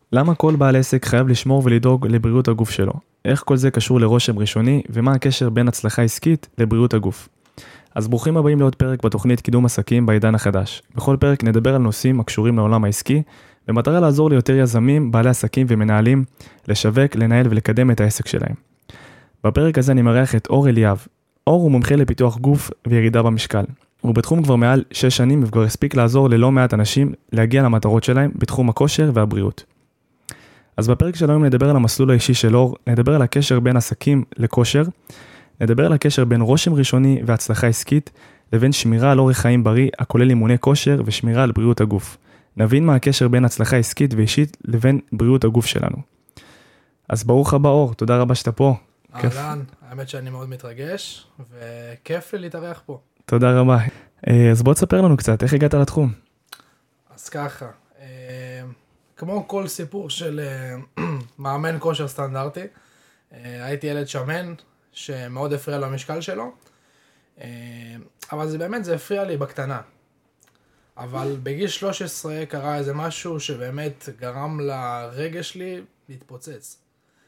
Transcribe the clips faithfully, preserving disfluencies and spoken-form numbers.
למה כל בעל עסק חייב לשמור ולדאוג לבריאות הגוף שלו? איך כל זה קשור לרושם ראשוני, ומה הקשר בין הצלחה עסקית לבריאות הגוף? אז ברוכים הבאים לעוד פרק בתוכנית קידום עסקים בעידן החדש. בכל פרק נדבר על נושאים הקשורים לעולם העסקי, במטרה לעזור ליותר יזמים, בעלי עסקים ומנהלים, לשווק, לנהל ולקדם את העסק שלהם. בפרק הזה אני מארח את אור אליאב. אור הוא מומחה לפיתוח גוף וירידה במשקל. הוא בתחום כבר מעל שש שנים וכבר הספיק לעזור ללא מעט אנשים להגיע למטרות שלהם בתחום הכושר והבריאות. אז בפרק של היום נדבר על המסלול האישי של אור, נדבר על הקשר בין עסקים לכושר, נדבר על הקשר בין רושם ראשוני והצלחה עסקית, לבין שמירה על אורח חיים בריא, הכולל אימוני כושר ושמירה על בריאות הגוף. נבין מה הקשר בין הצלחה עסקית ואישית לבין בריאות הגוף שלנו. אז ברוך הבא אור, תודה רבה שאתה פה. אהלן, האמת שאני מאוד מתרגש, וכיף לי להתארח פה. תודה רבה. אז בוא תספר לנו קצת, איך הגעת לתחום? אז ככה, כמו כל סיפור של מאמן כושר סטנדרטי, הייתי ילד שמן שמאוד הפריע למשקל שלו, אבל זה באמת, זה הפריע לי בקטנה. אבל בגיל שלוש עשרה קרה איזה משהו שבאמת גרם לרגש שלי להתפוצץ.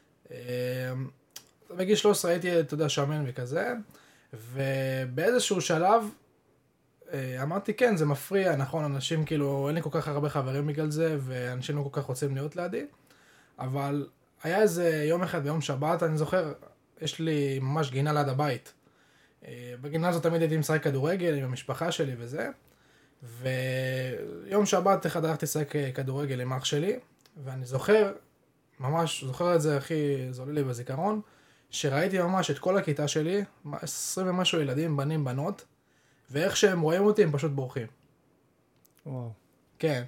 בגיל שלוש עשרה הייתי, אתה יודע, שמן וכזה, ובאיזשהו שלב אמרתי, כן, זה מפריע, נכון, אנשים כאילו, אין לי כל כך הרבה חברים בגלל זה, ואנשים לא כל כך רוצים להיות לידי, אבל היה איזה יום אחד ביום שבת, אני זוכר, יש לי ממש גינה ליד הבית. בגינה הזאת תמיד הייתי משחק כדורגל עם המשפחה שלי וזה, ויום שבת אחד הלכתי לשחק כדורגל עם אח שלי, ואני זוכר, ממש זוכר את זה הכי זולה לי בזיכרון, שראיתי ממש את כל הכיתה שלי, עשרים ומשהו ילדים, בנים, בנות, ואיך שהם רואים אותי הם פשוט בורחים. וואו. כן.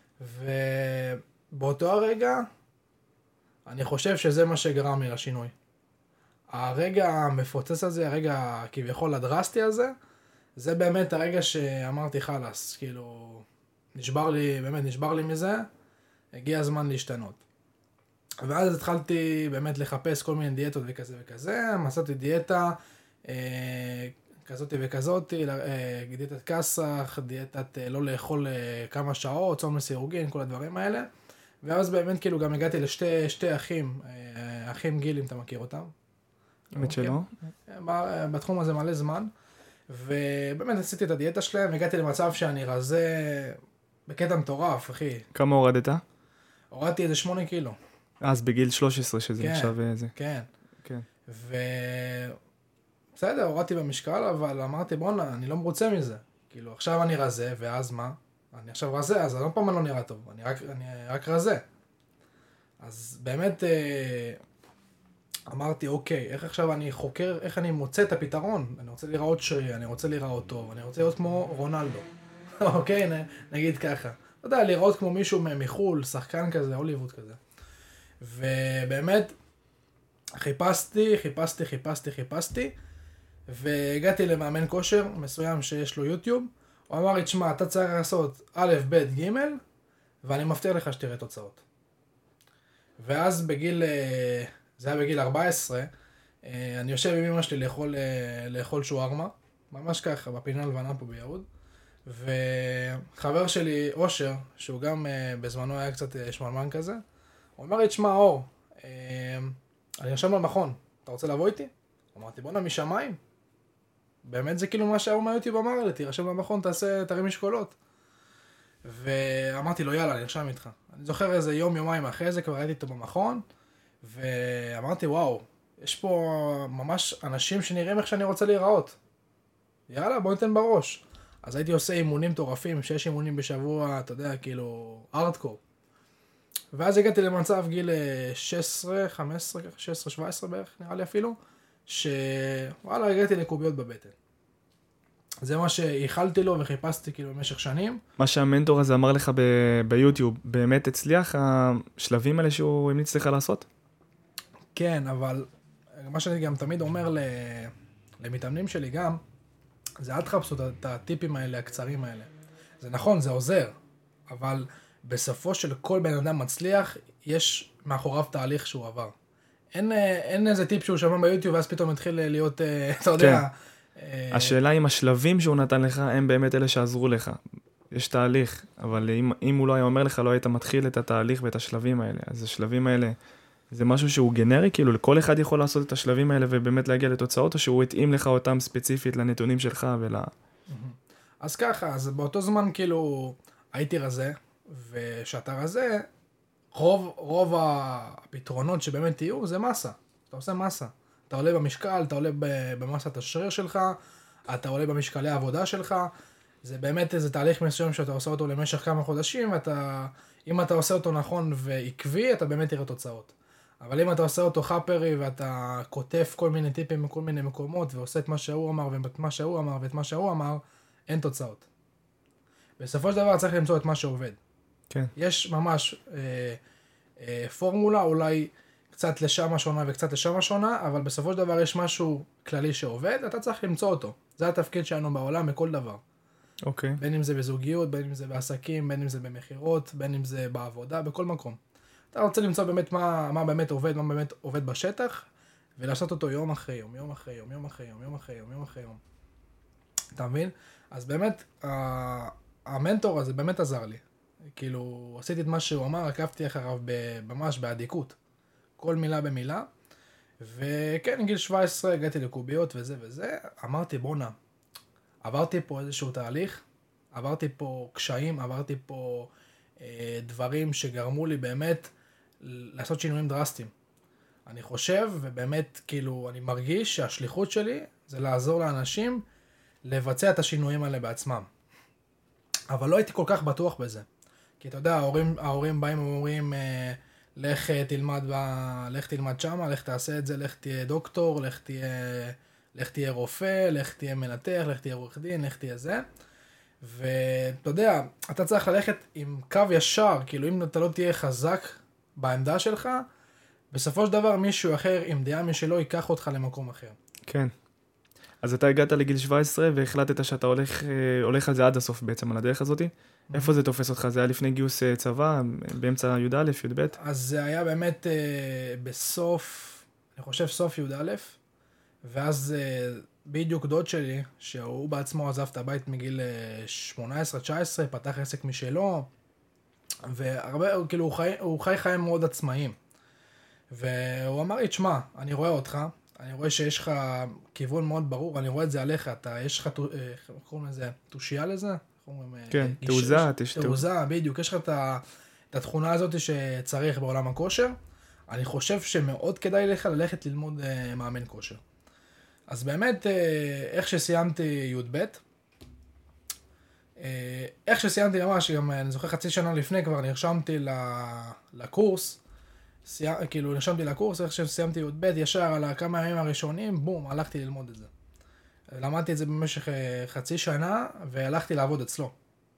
ובאותו הרגע, אני חושב שזה מה שגרם לי לשינוי. הרגע המפוצץ הזה, הרגע כביכול הדרסטי הזה, זה באמת הרגע שאמרתי חלס, כאילו, נשבר לי, באמת נשבר לי מזה, הגיע הזמן להשתנות. ואז התחלתי באמת לחפש כל מיני דיאטות וכזה וכזה, מצאתי דיאטה אה, כזאת וכזאת, אה, דיאטת קסח, דיאטת אה, לא לאכול אה, כמה שעות, צום לסירוגין, כל הדברים האלה. ואז באמת כאילו גם הגעתי לשתי שתי אחים, אה, אחים גילים, אתה מכיר אותם? באמת שלא? בתחום הזה מלא זמן, ובאמת עשיתי את הדיאטה שלהם, הגעתי למצב שאני רזה בקטע מטורף, אחי. כמה הורדת? הורדתי איזה שמונה קילו. אז בגיל שלוש עשרה שזה כן, עכשיו זה. כן. כן. ו... בסדר, הורדתי במשקל, אבל אמרתי, בוא'נה, אני לא מרוצה מזה. כאילו, עכשיו אני רזה, ואז מה? אני עכשיו רזה, אז לא פעם אני לא נראה טוב, אני רק, אני רק רזה. אז באמת אמרתי, אוקיי, איך עכשיו אני חוקר, איך אני מוצא את הפתרון? אני רוצה לראות שרי, אני רוצה לראות טוב, אני רוצה להיות כמו רונלדו. אוקיי, נגיד ככה. לא יודע, לראות כמו מישהו מחול, שחקן כזה, הוליווד כזה. ובאמת, חיפשתי, חיפשתי, חיפשתי, חיפשתי, והגעתי למאמן כושר מסוים שיש לו יוטיוב, הוא אמר לי, תשמע, אתה צריך לעשות א', ב', ג', ואני מבטיח לך שתראה תוצאות. ואז בגיל, זה היה בגיל ארבע עשרה, אני יושב עם אמא שלי לאכול, לאכול שוארמה, ממש ככה, בפינה הלבנה פה ביהוד, וחבר שלי, אושר, שהוא גם בזמנו היה קצת שמלמן כזה, הוא אמר לי, תשמע, אור, אני יושב למכון, אתה רוצה לבוא איתי? אמרתי, בוא נע משמיים. באמת זה כאילו מה שהאור מהיוטיוב אמר לי, תירשם למכון, תעשה, תרים משקולות. ואמרתי לו, יאללה, אני נרשם איתך. אני זוכר איזה יום, יומיים אחרי זה, כבר הייתי איתו במכון, ואמרתי, וואו, יש פה ממש אנשים שנראים איך שאני רוצה להיראות. יאללה, בוא ניתן בראש. אז הייתי עושה אימונים טורפים, שש אימונים בשבוע, אתה יודע, כאילו, ארדקור. ואז הגעתי למצב גיל שש עשרה, חמש עשרה, שש עשרה, שבע עשרה בערך, נראה לי אפילו, שוואלה, הגעתי לקוביות בבטן. זה מה שהיחלתי לו וחיפשתי כאילו במשך שנים. מה שהמנטור הזה אמר לך ב- ביוטיוב, באמת הצליח השלבים האלה שהוא המליץ לך לעשות? כן, אבל מה שאני גם תמיד אומר ל... למתאמנים שלי גם, זה אל תחפשו את הטיפים האלה, הקצרים האלה. זה נכון, זה עוזר, אבל בסופו של כל בן אדם מצליח, יש מאחוריו תהליך שהוא עבר. אין, אין איזה טיפ שהוא שמע ביוטיוב, ואז פתאום התחיל להיות, אתה יודע... השאלה אם השלבים שהוא נתן לך, הם באמת אלה שעזרו לך. יש תהליך, אבל אם, אם הוא לא היה אומר לך, לא היית מתחיל את התהליך ואת השלבים האלה. אז השלבים האלה, זה משהו שהוא גנרי, כאילו לכל אחד יכול לעשות את השלבים האלה ובאמת להגיע לתוצאות, או שהוא התאים לך אותם ספציפית לנתונים שלך ול... אז ככה, אז באותו זמן כאילו הייתי רזה, ושאתה רזה, רוב, רוב הפתרונות שבאמת יהיו זה מסה. אתה עושה מסה. אתה עולה במשקל, אתה עולה במסת השריר שלך, אתה עולה במשקלי העבודה שלך. זה באמת איזה תהליך מסוים שאתה עושה אותו למשך כמה חודשים, ואתה, אם אתה עושה אותו נכון ועקבי, אתה באמת תראה תוצאות. אבל אם אתה עושה אותו חפרי ואתה כותב כל מיני טיפים מכל מיני מקומות, ועושה את מה שהוא אמר ואת מה שהוא אמר ואת מה שהוא אמר, אין תוצאות. בסופו של דבר צריך למצוא את מה שעובד. כן. יש ממש אה, אה, פורמולה, אולי קצת לשם השונה וקצת לשם השונה, אבל בסופו של דבר יש משהו כללי שעובד, אתה צריך למצוא אותו. זה התפקיד שלנו בעולם בכל דבר. אוקיי. בין אם זה בזוגיות, בין אם זה בעסקים, בין אם זה במחירות, בין אם זה בעבודה, בכל מקום. אתה רוצה למצוא באמת מה, מה באמת עובד, מה באמת עובד בשטח, ולעשות אותו יום אחרי יום, יום אחרי יום, יום אחרי יום, יום אחרי יום, יום אחרי יום. אתה מבין? אז באמת, המנטור הזה באמת עזר לי. כאילו, עשיתי את מה שהוא אמר, עקבתי אחריו ממש בעדיקות. כל מילה במילה. וכן, גיל שבע עשרה הגעתי לקוביות וזה וזה. אמרתי, בונה, עברתי פה איזשהו תהליך, עברתי פה קשיים, עברתי פה אה, דברים שגרמו לי באמת לעשות שינויים דרסטיים. אני חושב, ובאמת, כאילו, אני מרגיש שהשליחות שלי זה לעזור לאנשים לבצע את השינויים האלה בעצמם. אבל לא הייתי כל כך בטוח בזה. כי אתה יודע, ההורים, ההורים באים ואומרים, אה, לך תלמד, ב... לך תלמד שמה, לך תעשה את זה, לך תהיה דוקטור, לך תהיה, לך תהיה רופא, לך תהיה מנתח, לך תהיה עורך דין, לך תהיה זה. ואתה יודע, אתה צריך ללכת עם קו ישר, כאילו אם אתה לא תהיה חזק בעמדה שלך, בסופו של דבר מישהו אחר עם דעה משלו ייקח אותך למקום אחר. כן. אז אתה הגעת לגיל שבע עשרה והחלטת שאתה הולך, הולך על זה עד הסוף בעצם, על הדרך הזאת. Mm-hmm. איפה זה תופס אותך? זה היה לפני גיוס צבא, באמצע י' א', י' ב'? אז זה היה באמת אה, בסוף, אני חושב סוף י' א', ואז אה, בדיוק דוד שלי, שהוא בעצמו עזב את הבית מגיל שמונה עשרה תשע עשרה, פתח עסק משלו, והרבה, כאילו הוא חי, הוא חי חיים מאוד עצמאיים. והוא אמר לי, תשמע, אני רואה אותך, אני רואה שיש לך כיוון מאוד ברור, אני רואה את זה עליך, אתה, יש לך, איך קוראים לזה, תושייה לזה? כן, תעוזה, תעוזה, בדיוק, יש לך את התכונה הזאת שצריך בעולם הכושר, אני חושב שמאוד כדאי לך ללכת ללמוד מאמן כושר. אז באמת, איך שסיימתי י' ב', איך שסיימתי ממש, גם אני זוכר חצי שנה לפני כבר נרשמתי לקורס, סיימ, כאילו נרשמתי לקורס, איך שסיימתי י' ב', ישר על כמה ימים הראשונים, בום, הלכתי ללמוד את זה. למדתי את זה במשך חצי שנה, והלכתי לעבוד אצלו.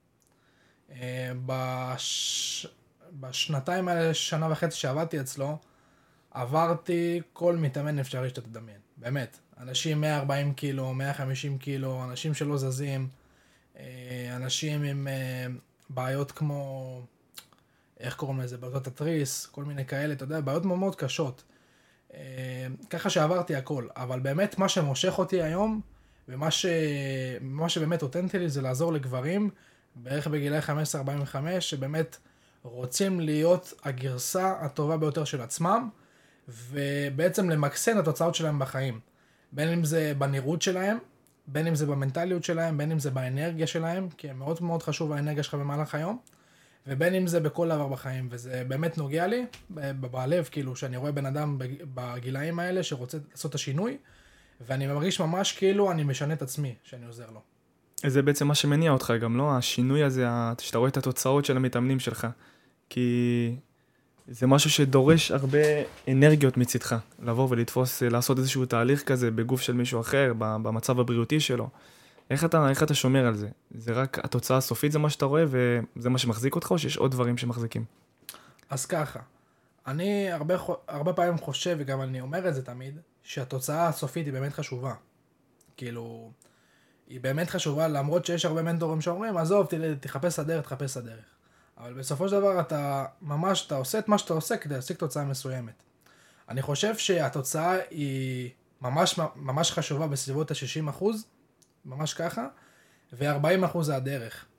בש... בשנתיים האלה, שנה וחצי שעבדתי אצלו, עברתי כל מתאמן אפשרי שאתה תדמיין. באמת. אנשים מאה וארבעים קילו, מאה וחמישים קילו, אנשים שלא זזים, אנשים עם בעיות כמו, איך קוראים לזה, בעיות התריס, כל מיני כאלה, אתה יודע, בעיות מאוד מאוד קשות. ככה שעברתי הכל. אבל באמת מה שמושך אותי היום, ומה ש... מה שבאמת אותנטי לי זה לעזור לגברים, בערך בגילי חמש עשרה ארבעים וחמש, שבאמת רוצים להיות הגרסה הטובה ביותר של עצמם, ובעצם למקסן את התוצאות שלהם בחיים. בין אם זה בנראות שלהם, בין אם זה במנטליות שלהם, בין אם זה באנרגיה שלהם, כי מאוד מאוד חשוב האנרגיה שלך במהלך היום, ובין אם זה בכל דבר בחיים, וזה באמת נוגע לי, בלב, כאילו, שאני רואה בן אדם בגילאים האלה שרוצה לעשות את השינוי, ואני מרגיש ממש כאילו אני משנה את עצמי, שאני עוזר לו. זה בעצם מה שמניע אותך גם, לא? השינוי הזה, שאתה רואה את התוצאות של המתאמנים שלך, כי זה משהו שדורש הרבה אנרגיות מצדך, לבוא ולתפוס, לעשות איזשהו תהליך כזה בגוף של מישהו אחר, במצב הבריאותי שלו. איך אתה, איך אתה שומר על זה? זה רק התוצאה הסופית זה מה שאתה רואה, וזה מה שמחזיק אותך, או שיש עוד דברים שמחזיקים? אז ככה, אני הרבה, הרבה פעמים חושב, וגם אני אומר את זה תמיד, שהתוצאה הסופית היא באמת חשובה. כאילו, היא באמת חשובה, למרות שיש הרבה מנטורים שאומרים, עזוב, תחפש הדרך, תחפש הדרך. אבל בסופו של דבר אתה ממש, אתה עושה את מה שאתה עושה כדי להשיג תוצאה מסוימת. אני חושב שהתוצאה היא ממש, ממש חשובה בסביבות ה-שישים אחוז, ממש ככה, ו-ארבעים אחוז זה הדרך.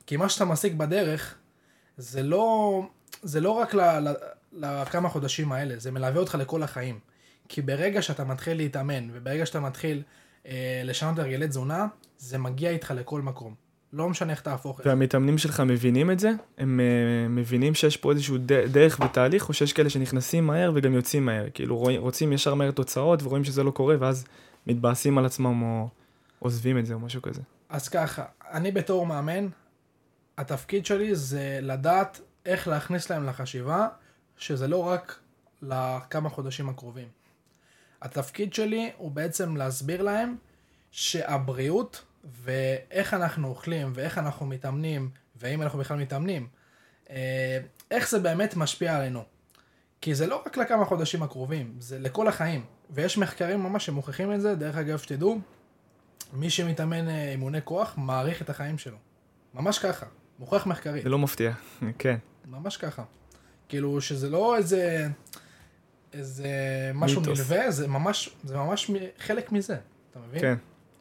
כי מה שאתה משיג בדרך, זה לא, זה לא רק ל, ל, לכמה חודשים האלה, זה מלווה אותך לכל החיים. כי ברגע שאתה מתחיל להתאמן, וברגע שאתה מתחיל אה, לשנות הרגלי תזונה, זה מגיע איתך לכל מקום. לא משנה איך תהפוך את זה. והמתאמנים שלך מבינים את זה? הם uh, מבינים שיש פה איזשהו ד- דרך ותהליך, או שיש כאלה שנכנסים מהר וגם יוצאים מהר? כאילו רואים, רוצים ישר מהר תוצאות ורואים שזה לא קורה, ואז מתבאסים על עצמם או עוזבים את זה או משהו כזה. אז ככה, אני בתור מאמן, התפקיד שלי זה לדעת איך להכניס להם לחשיבה, שזה לא רק לכמה חודשים הקרובים. התפקיד שלי הוא בעצם להסביר להם שהבריאות ואיך אנחנו אוכלים ואיך אנחנו מתאמנים, ואם אנחנו בכלל מתאמנים, איך זה באמת משפיע עלינו. כי זה לא רק לכמה חודשים הקרובים, זה לכל החיים. ויש מחקרים ממש שמוכיחים את זה, דרך אגב שתדעו, מי שמתאמן אימוני כוח מעריך את החיים שלו. ממש ככה, מוכח מחקרית. זה לא מפתיע, כן. ממש ככה. כאילו שזה לא איזה, איזה משהו מיתוס. מלווה, זה ממש, זה ממש חלק מזה, אתה מבין? כן.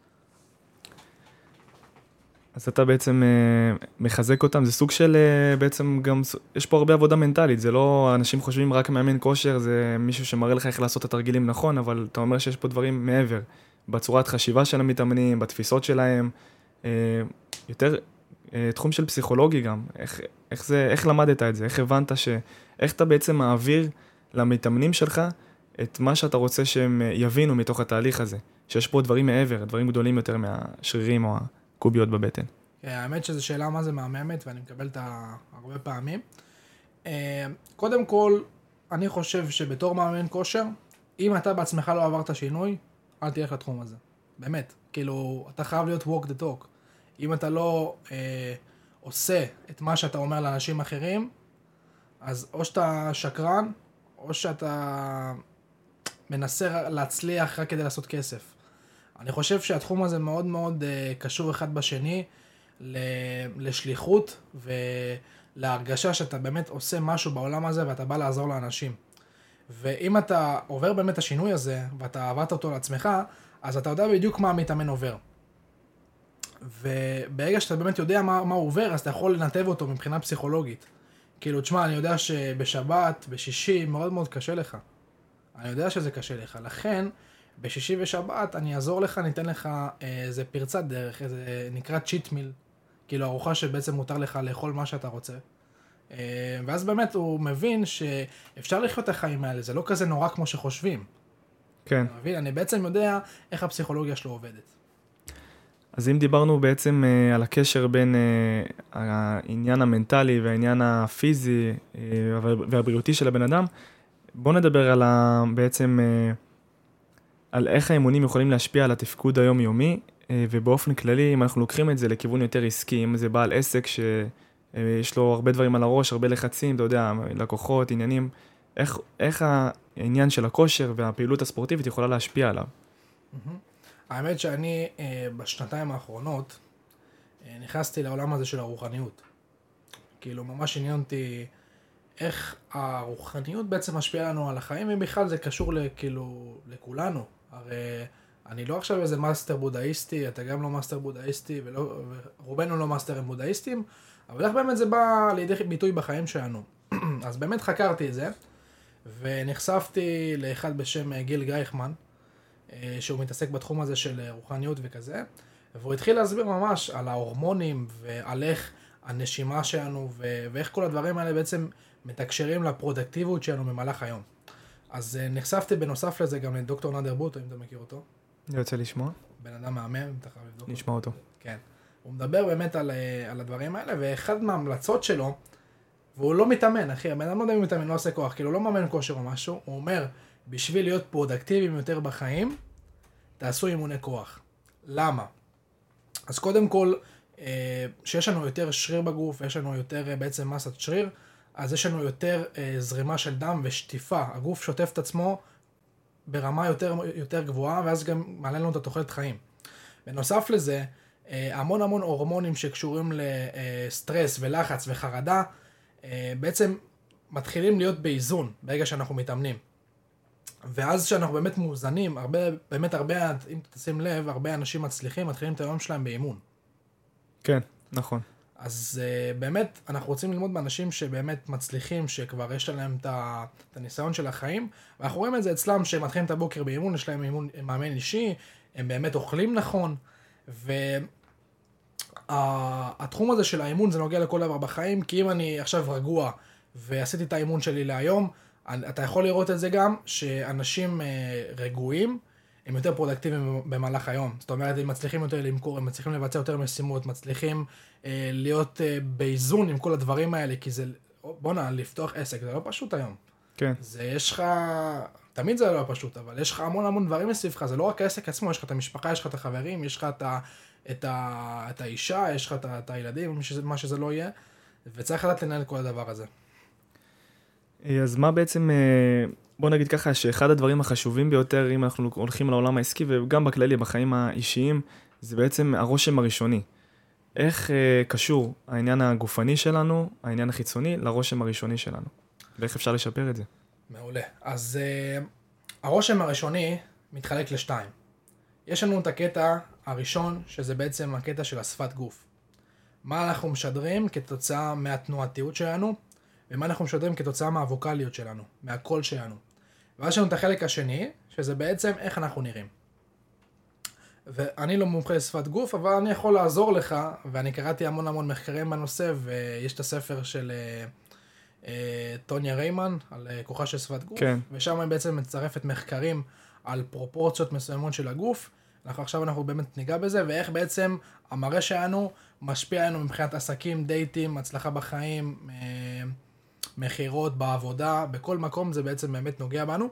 אז אתה בעצם uh, מחזק אותם, זה סוג של uh, בעצם גם, יש פה הרבה עבודה מנטלית, זה לא, אנשים חושבים רק מאמן כושר, זה מישהו שמראה לך איך לעשות את התרגילים נכון, אבל אתה אומר שיש פה דברים מעבר, בצורת חשיבה של המתאמנים, בתפיסות שלהם, uh, יותר uh, תחום של פסיכולוגי גם, איך, איך, זה, איך למדת את זה, איך הבנת ש... איך אתה בעצם מעביר למתאמנים שלך את מה שאתה רוצה שהם יבינו מתוך התהליך הזה, שיש פה דברים מעבר, דברים גדולים יותר מהשרירים או הקוביות בבטן. האמת שזו שאלה מה זה מהממת, ואני מקבל אותה הרבה פעמים. קודם כל, אני חושב שבתור מאמן כושר, אם אתה בעצמך לא עברת שינוי, אל תלך לתחום הזה. באמת. כאילו, אתה חייב להיות walk the talk. אם אתה לא אה, עושה את מה שאתה אומר לאנשים אחרים, אז או שאתה שקרן, או שאתה מנסה להצליח רק כדי לעשות כסף. אני חושב שהתחום הזה מאוד מאוד uh, קשור אחד בשני לשליחות ולהרגשה שאתה באמת עושה משהו בעולם הזה ואתה בא לעזור לאנשים. ואם אתה עובר באמת השינוי הזה ואתה עברת אותו לעצמך, אז אתה יודע בדיוק מה המתאמן עובר. וברגע שאתה באמת יודע מה, מה הוא עובר, אז אתה יכול לנתב אותו מבחינה פסיכולוגית. כאילו, תשמע, אני יודע שבשבת, בשישי, מאוד מאוד קשה לך. אני יודע שזה קשה לך. לכן, בשישי ושבת אני אעזור לך, ניתן לך איזה פרצת דרך, איזה נקרא צ'יט מיל, כאילו ארוחה שבעצם מותר לך לאכול מה שאתה רוצה. ואז באמת הוא מבין שאפשר לחיות את החיים האלה, זה לא כזה נורא כמו שחושבים. כן. אתה מבין? אני בעצם יודע איך הפסיכולוגיה שלו עובדת. אז אם דיברנו בעצם uh, על הקשר בין uh, העניין המנטלי והעניין הפיזי uh, והבריאותי של הבן אדם, בוא נדבר על ה, בעצם uh, על איך האימונים יכולים להשפיע על התפקוד היומיומי, uh, ובאופן כללי, אם אנחנו לוקחים את זה לכיוון יותר עסקי, אם זה בעל עסק שיש לו הרבה דברים על הראש, הרבה לחצים, אתה יודע, לקוחות, עניינים, איך, איך העניין של הכושר והפעילות הספורטיבית יכולה להשפיע עליו? Mm-hmm. האמת שאני בשנתיים האחרונות נכנסתי לעולם הזה של הרוחניות. כאילו ממש עניין אותי איך הרוחניות בעצם משפיעה לנו על החיים, ובכלל זה קשור כאילו לכולנו. הרי אני לא עכשיו איזה מאסטר בודהיסטי, אתה גם לא מאסטר בודהיסטי, ולא, ורובנו לא מאסטרים בודהיסטים, אבל איך באמת זה בא לידי ביטוי בחיים שלנו. אז באמת חקרתי את זה, ונחשפתי לאחד בשם גיל גייכמן, שהוא מתעסק בתחום הזה של רוחניות וכזה, והוא התחיל להסביר ממש על ההורמונים ועל איך הנשימה שלנו ו- ואיך כל הדברים האלה בעצם מתקשרים לפרודקטיביות שלנו במהלך היום. אז נחשפתי בנוסף לזה גם לדוקטור נאדר בוטו, אם אתה מכיר אותו. אני רוצה לשמוע. בן אדם מהמם, אם אתה חייב לבדוק. נשמע אותו. כן. הוא מדבר באמת על, על הדברים האלה, ואחד מההמלצות שלו, והוא לא מתאמן, אחי, הבן אדם לא יודע אם מתאמן, לא עושה כוח, כאילו לא מאמן כושר או משהו, הוא אומר, בשביל להיות פרודקטיביים יותר בחיים, תעשו אימוני כוח. למה? אז קודם כל, שיש לנו יותר שריר בגוף, יש לנו יותר בעצם מסת שריר, אז יש לנו יותר זרימה של דם ושטיפה. הגוף שוטף את עצמו ברמה יותר, יותר גבוהה, ואז גם מעלה לנו את התוחלת חיים. בנוסף לזה, המון המון הורמונים שקשורים לסטרס ולחץ וחרדה, בעצם מתחילים להיות באיזון ברגע שאנחנו מתאמנים. ואז שאנחנו באמת מאוזנים, הרבה, באמת הרבה, אם תשים לב, הרבה אנשים מצליחים, מתחילים את היום שלהם באימון. כן, נכון. אז uh, באמת, אנחנו רוצים ללמוד באנשים שבאמת מצליחים, שכבר יש להם את, ה, את הניסיון של החיים, ואנחנו רואים את זה אצלם, שהם מתחילים את הבוקר באימון, יש להם אימון, מאמן אישי, הם באמת אוכלים נכון, והתחום הזה של האימון זה נוגע לכל דבר בחיים, כי אם אני עכשיו רגוע, ועשיתי את האימון שלי להיום, אתה יכול לראות את זה גם, שאנשים uh, רגועים, הם יותר פרודקטיביים במהלך היום. זאת אומרת, הם מצליחים יותר למכור, הם מצליחים לבצע יותר משימות, מצליחים אה, להיות אה, באיזון עם כל הדברים האלה, כי זה, בוא'נה, לפתוח עסק, זה לא פשוט היום. כן. זה יש לך, תמיד זה לא פשוט, אבל יש לך המון המון דברים מסביבך, זה לא רק העסק עצמו, יש לך את המשפחה, יש לך את החברים, יש לך את, ה, את, ה, את האישה, יש לך את, את הילדים, מה שזה לא יהיה, וצריך לדעת לנהל כל הדבר הזה. אז מה בעצם, בוא נגיד ככה, שאחד הדברים החשובים ביותר, אם אנחנו הולכים לעולם העסקי, וגם בכללי, בחיים האישיים, זה בעצם הרושם הראשוני. איך קשור העניין הגופני שלנו, העניין החיצוני, לרושם הראשוני שלנו? ואיך אפשר לשפר את זה? מעולה. אז הרושם הראשוני מתחלק לשתיים. יש לנו את הקטע הראשון, שזה בעצם הקטע של השפת גוף. מה אנחנו משדרים כתוצאה מהתנועתיות שלנו, ומה אנחנו משדרים כתוצאה מהווקליות שלנו, מהקול שלנו. ואז יש לנו את החלק השני, שזה בעצם איך אנחנו נראים. ואני לא מומחה לשפת גוף, אבל אני יכול לעזור לך, ואני קראתי המון המון מחקרים בנושא, ויש את הספר של אה, אה, טוניה ריימן, על אה, כוחה של שפת גוף, כן. ושם היא בעצם מצרפת מחקרים על פרופורציות מסוימות של הגוף, אנחנו עכשיו אנחנו באמת ניגע בזה, ואיך בעצם המראה שלנו משפיע עלינו מבחינת עסקים, דייטים, הצלחה בחיים, אה, מחירות בעבודה, בכל מקום זה בעצם באמת נוגע בנו.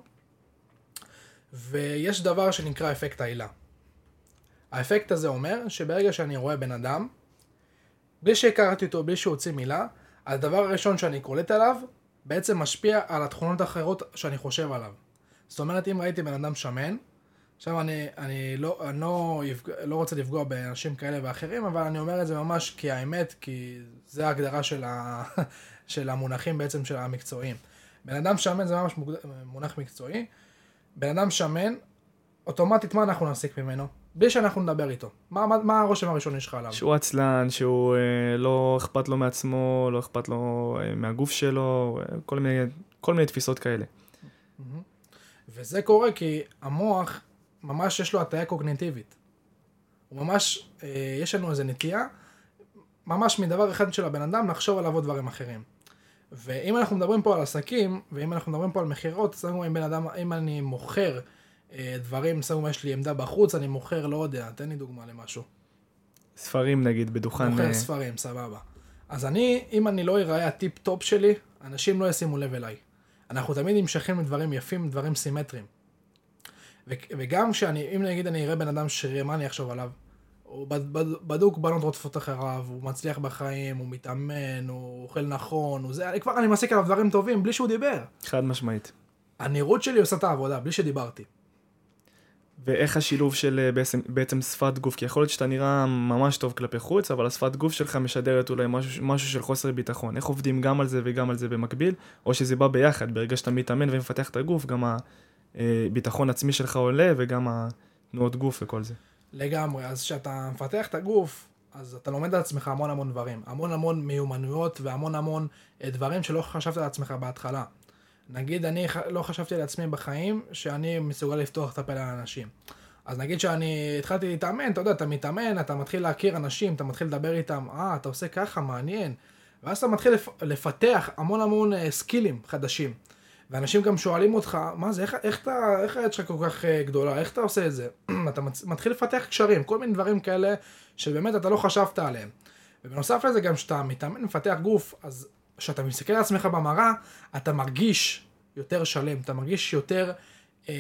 ויש דבר שנקרא אפקט העילה. האפקט הזה אומר שברגע שאני רואה בן אדם, בלי שהכרתי אותו, בלי שהוא הוציא מילה, הדבר הראשון שאני קולט עליו, בעצם משפיע על התכונות האחרות שאני חושב עליו. זאת אומרת, אם ראיתי בן אדם שמן, עכשיו אני, אני, לא, אני לא, יפגע, לא רוצה לפגוע באנשים כאלה ואחרים, אבל אני אומר את זה ממש כי האמת, כי זה ההגדרה של, ה, של המונחים בעצם של המקצועיים. בן אדם שמן זה ממש מונח מקצועי. בן אדם שמן, אוטומטית מה אנחנו נסיק ממנו? בלי שאנחנו נדבר איתו. מה, מה, מה הרושם הראשוני שלך עליו? שהוא עצלן, שהוא אה, לא אכפת לו מעצמו, לא אכפת לו אה, מהגוף שלו, אה, כל מיני, כל מיני תפיסות כאלה. וזה קורה כי המוח ממש יש לו הטיה קוגניטיבית. הוא ממש, אה, יש לנו איזו נטייה, ממש מדבר אחד של הבן אדם לחשוב עליו עוד דברים אחרים. ואם אנחנו מדברים פה על עסקים, ואם אנחנו מדברים פה על מחירות, סגרו אם בן אדם, אם אני מוכר אה, דברים, סגרו יש לי עמדה בחוץ, אני מוכר, לא יודע, תן לי דוגמה למשהו. ספרים נגיד, בדוכן... מוכר אה... ספרים, סבבה. אז אני, אם אני לא אראה הטיפ טופ שלי, אנשים לא ישימו לב אליי. אנחנו תמיד נמשכים לדברים יפים, דברים סימטריים. ו- וגם כשאני, אם נגיד אני אראה בן אדם שרירי, מה אני אחשוב עליו? הוא בדוק בנות רודפות אחריו, הוא מצליח בחיים, הוא מתאמן, הוא אוכל נכון, הוא זה, אני כבר, אני מסיק עליו דברים טובים, בלי שהוא דיבר. חד משמעית. הנראות שלי עושה את העבודה, בלי שדיברתי. ואיך השילוב של בעצם, בעצם שפת גוף, כי יכול להיות שאתה נראה ממש טוב כלפי חוץ, אבל השפת גוף שלך משדרת אולי משהו, משהו של חוסר ביטחון. איך עובדים גם על זה וגם על זה במקביל, או שזה בא ביחד, ברגע שאתה מתאמן ומפתח את הגוף, גם הביטחון עצמי שלך עולה, וגם התנועות גוף וכל זה. לגמרי, אז כשאתה מפתח את הגוף, אז אתה לומד על עצמך המון המון דברים, המון המון מיומנויות והמון המון דברים שלא חשבת על עצמך בהתחלה. נגיד, אני לא חשבתי על עצמי בחיים שאני מסוגל לפתוח את הפה לאנשים. אז נגיד שאני התחלתי להתאמן, אתה יודע, אתה מתאמן, אתה מתחיל להכיר אנשים, אתה מתחיל לדבר איתם, אה, אתה עושה ככה, מעניין. ואז אתה מתחיל לפתח המון המון סקילים חדשים. ואנשים גם שואלים אותך, מה זה, איך, איך, אתה, איך היד שלך כל כך גדולה, איך אתה עושה את זה? אתה מתחיל לפתח קשרים, כל מיני דברים כאלה שבאמת אתה לא חשבת עליהם. ובנוסף לזה גם שאתה מתאמן, מפתח גוף, אז כשאתה מסתכל על עצמך במראה, אתה מרגיש יותר שלם, אתה מרגיש יותר אה,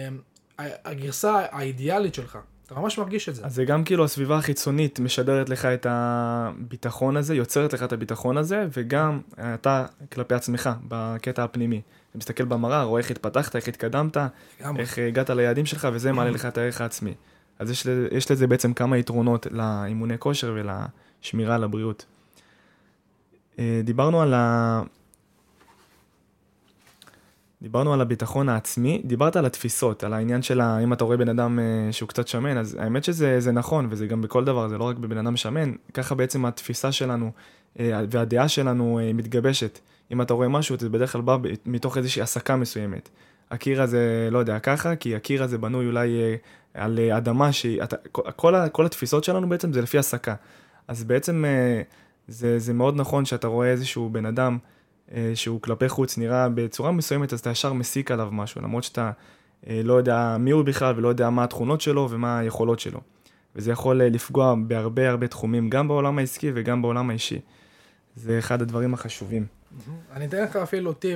הגרסה האידיאלית שלך. אתה ממש מרגיש את זה. אז זה גם כאילו הסביבה החיצונית משדרת לך את הביטחון הזה, יוצרת לך את הביטחון הזה, וגם אתה כלפי עצמך בקטע הפנימי. אתה מסתכל במראה, רואה איך התפתחת, איך התקדמת, איך הגעת ליעדים שלך, וזה מעלה לך את הערך העצמי. אז יש, יש לזה בעצם כמה יתרונות לאימוני כושר ולשמירה על הבריאות. דיברנו על ה... דיברנו על הביטחון העצמי, דיברת על התפיסות, על העניין של ה- אם אתה רואה בן אדם אה, שהוא קצת שמן, אז האמת שזה זה נכון, וזה גם בכל דבר, זה לא רק בבן אדם שמן, ככה בעצם התפיסה שלנו אה, והדעה שלנו אה, מתגבשת. אם אתה רואה משהו, זה בדרך כלל בא ב- מתוך איזושהי עסקה מסוימת. הקיר הזה, לא יודע, ככה, כי הקיר הזה בנוי אולי אה, על אה, אדמה שהיא, אתה, כל, ה- כל התפיסות שלנו בעצם זה לפי עסקה. אז בעצם אה, זה, זה מאוד נכון שאתה רואה איזשהו בן אדם, שהוא כלפי חוץ נראה בצורה מסוימת, אז אתה ישר מסיק עליו משהו, למרות שאתה לא יודע מי הוא בכלל, ולא יודע מה התכונות שלו ומה היכולות שלו. וזה יכול לפגוע בהרבה הרבה תחומים, גם בעולם העסקי וגם בעולם האישי. זה אחד הדברים החשובים. אני אתן לך אפילו טיפ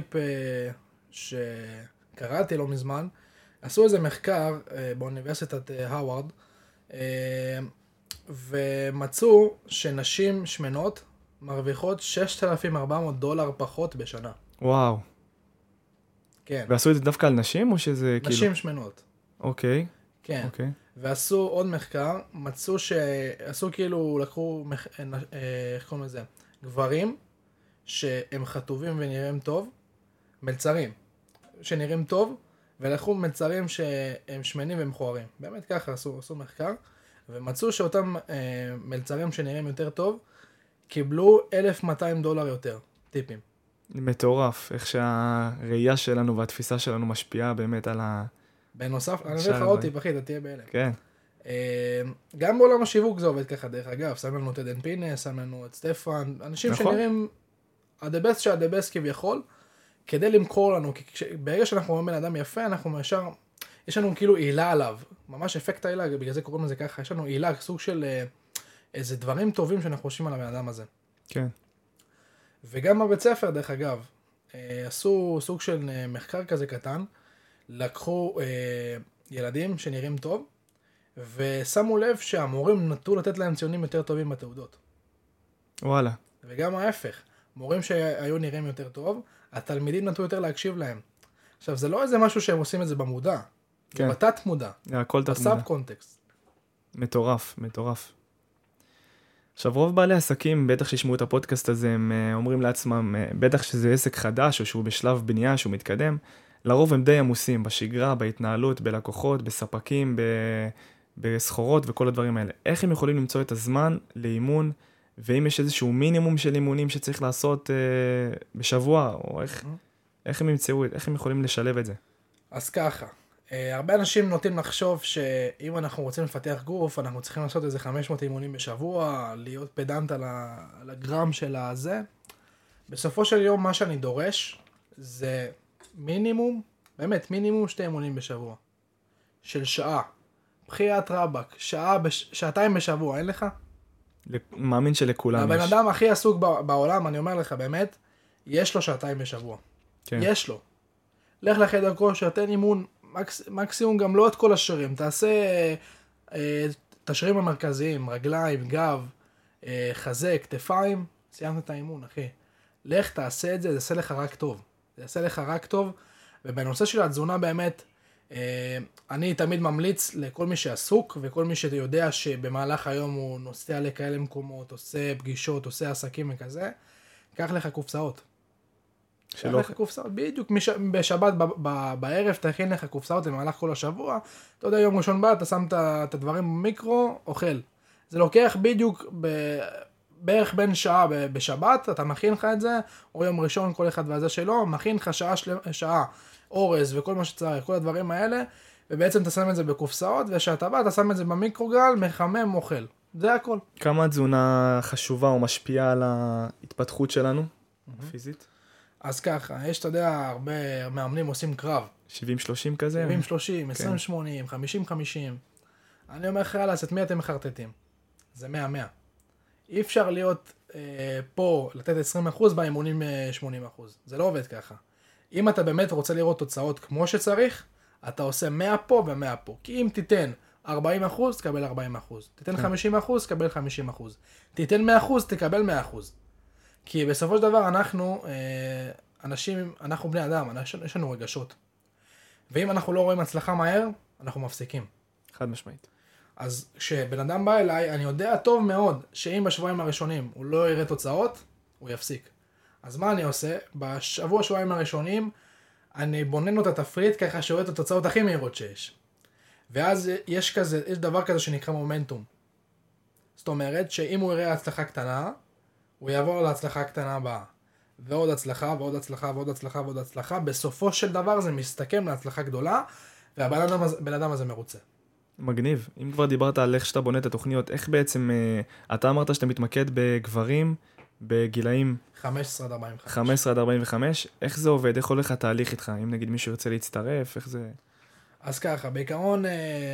שקראתי לא מזמן. עשו איזה מחקר באוניברסיטת הווארד, ומצאו שנשים שמנות מרוויחות שישת אלפים וארבע מאות דולר פחות בשנה. וואו. כן. ועשו את זה דווקא על נשים או שזה כאילו? נשים שמנות. אוקיי. כן. אוקיי. ועשו עוד מחקר, מצאו שעשו כאילו, לקחו, איך קוראים לזה? גברים שהם חטובים ונראים טוב, מלצרים שנראים טוב, ולקחו מלצרים שהם שמנים ומכוערים. באמת ככה עשו, עשו מחקר, ומצאו שאותם אה, מלצרים שנראים יותר טוב, קיבלו אלף ומאתיים דולר יותר, טיפים. מטורף, איך שהראייה שלנו והתפיסה שלנו משפיעה באמת על ה... בנוסף, אני אביא לך עוד טיפ, אחי, אתה תהיה בהלם. כן. גם בעולם השיווק זה עובד ככה, דרך אגב, שם לנו את עדן פינס, שם לנו את סטפן, אנשים נכון. שנראים ה-the best שה-the best כביכול, כדי למכור לנו, כי כש... ברגע שאנחנו רואים בן אדם יפה, אנחנו ישר, יש לנו כאילו עילה עליו, ממש אפקט העילה, בגלל זה קוראים לזה ככה, יש לנו עילה, סוג של איזה דברים טובים שאנחנו חושבים על הבן אדם הזה. כן. וגם בבית ספר, דרך אגב, עשו סוג של מחקר כזה קטן, לקחו ילדים שנראים טוב, ושמו לב שהמורים נטו לתת להם ציונים יותר טובים בתעודות. וואלה. וגם ההפך, מורים שהיו נראים יותר טוב, התלמידים נטו יותר להקשיב להם. עכשיו, זה לא איזה משהו שהם עושים את זה במודע, כן. זה בתת מודע, זה הכל תת מודע. בסאב קונטקסט. מטורף, מטורף. עכשיו, רוב בעלי עסקים, בטח שישמעו את הפודקאסט הזה, הם אומרים לעצמם, בטח שזה עסק חדש, או שהוא בשלב בנייה, שהוא מתקדם, לרוב הם די עמוסים, בשגרה, בהתנהלות, בלקוחות, בספקים, ב... בסחורות וכל הדברים האלה. איך הם יכולים למצוא את הזמן לאימון, ואם יש איזשהו מינימום של אימונים שצריך לעשות אה, בשבוע, או איך, mm-hmm. איך הם ימצאו, איך הם יכולים לשלב את זה? אז ככה, אה, הרבה אנשים נוטים לחשוב שאם אנחנו רוצים לפתח גוף, אנחנו צריכים לעשות איזה חמש מאות אימונים בשבוע, להיות פדנט על, ה, על הגרם של הזה. בסופו של יום, מה שאני דורש, זה מינימום, באמת מינימום שתי אימונים בשבוע, של שעה. בחיית רבק, שעה, בש... שעתיים בשבוע, אין לך? מאמין שלכולם הבן יש. הבן אדם הכי עסוק בעולם, אני אומר לך, באמת, יש לו שעתיים בשבוע. כן. יש לו. לך לחדר כושר, תן אימון, מקס... מקסימום גם לא את כל השרירים, תעשה אה, את השרירים המרכזיים, רגליים, גב, אה, חזה, כתפיים, סיימת את האימון, אחי. לך תעשה את זה, זה יעשה לך רק טוב. זה יעשה לך רק טוב, ובנושא של התזונה באמת, אני תמיד ממליץ לכל מי שעסוק, וכל מי שיודע שבמהלך היום הוא נוסע לכאלה מקומות, עושה פגישות, עושה עסקים וכזה, קח לך קופסאות. קח לך קופסאות, בדיוק בשבת בערב תכין לך קופסאות למהלך כל השבוע, אתה יודע, יום ראשון בא, אתה שם את הדברים במיקרו, אוכל. זה לוקח בדיוק בערך בין שעה בשבת, אתה מכין לך את זה, או יום ראשון כל אחד והזה שלו, מכין לך שעה, שעה. אורז וכל מה שצריך, כל הדברים האלה, ובעצם אתה שם את זה בקופסאות, ושאתה בא, אתה שם את זה במיקרוגל, מחמם, אוכל. זה הכל. כמה תזונה חשובה או משפיעה על ההתפתחות שלנו, mm-hmm. פיזית? אז ככה, יש, אתה יודע, הרבה מאמנים עושים קרב. שבעים שלושים כזה? שבעים שלושים, עשרים שמונים, חמישים חמישים. אני אומר לך, אלס, את מי אתם מחרטטים? זה מאה מאה. אי אפשר להיות אה, פה, לתת עשרים אחוז באימונים אה, שמונים אחוז. זה לא עובד ככה. אם אתה באמת רוצה לראות תוצאות כמו שצריך, אתה עושה מאה פה ו-מאה פה. כי אם תיתן ארבעים אחוז, תקבל ארבעים אחוז. תיתן חמישים אחוז, תקבל חמישים אחוז. תיתן מאה אחוז, תקבל מאה אחוז. כי בסופו של דבר אנחנו, אנשים, אנחנו בני אדם, יש לנו רגשות. ואם אנחנו לא רואים הצלחה מהר, אנחנו מפסיקים. חד משמעית. אז כשבן אדם בא אליי, אני יודע טוב מאוד שאם בשבועיים הראשונים הוא לא יראה תוצאות, הוא יפסיק. אז מה אני עושה? בשבוע שבועיים הראשונים, אני בונן לו את התפריט ככה שרואה את התוצאות הכי מהירות שיש. ואז יש כזה, יש דבר כזה שנקרא מומנטום. זאת אומרת שאם הוא יראה הצלחה קטנה, הוא יעבור להצלחה קטנה הבאה. ועוד הצלחה, ועוד הצלחה, ועוד הצלחה, ועוד הצלחה. בסופו של דבר זה מסתכם להצלחה גדולה, והבן אדם הזה, בן אדם הזה מרוצה. מגניב. אם כבר דיברת על איך שאתה בונה את התוכניות, איך בעצם, אתה אמרת שאתה מתמקד בגברים בגילאים חמש עשרה עד ארבעים וחמש. חמש עשרה עד ארבעים וחמש, איך זה עובד? איך הולך התהליך איתך? אם נגיד מישהו ירצה להצטרף, איך זה... אז ככה, בעיקרון,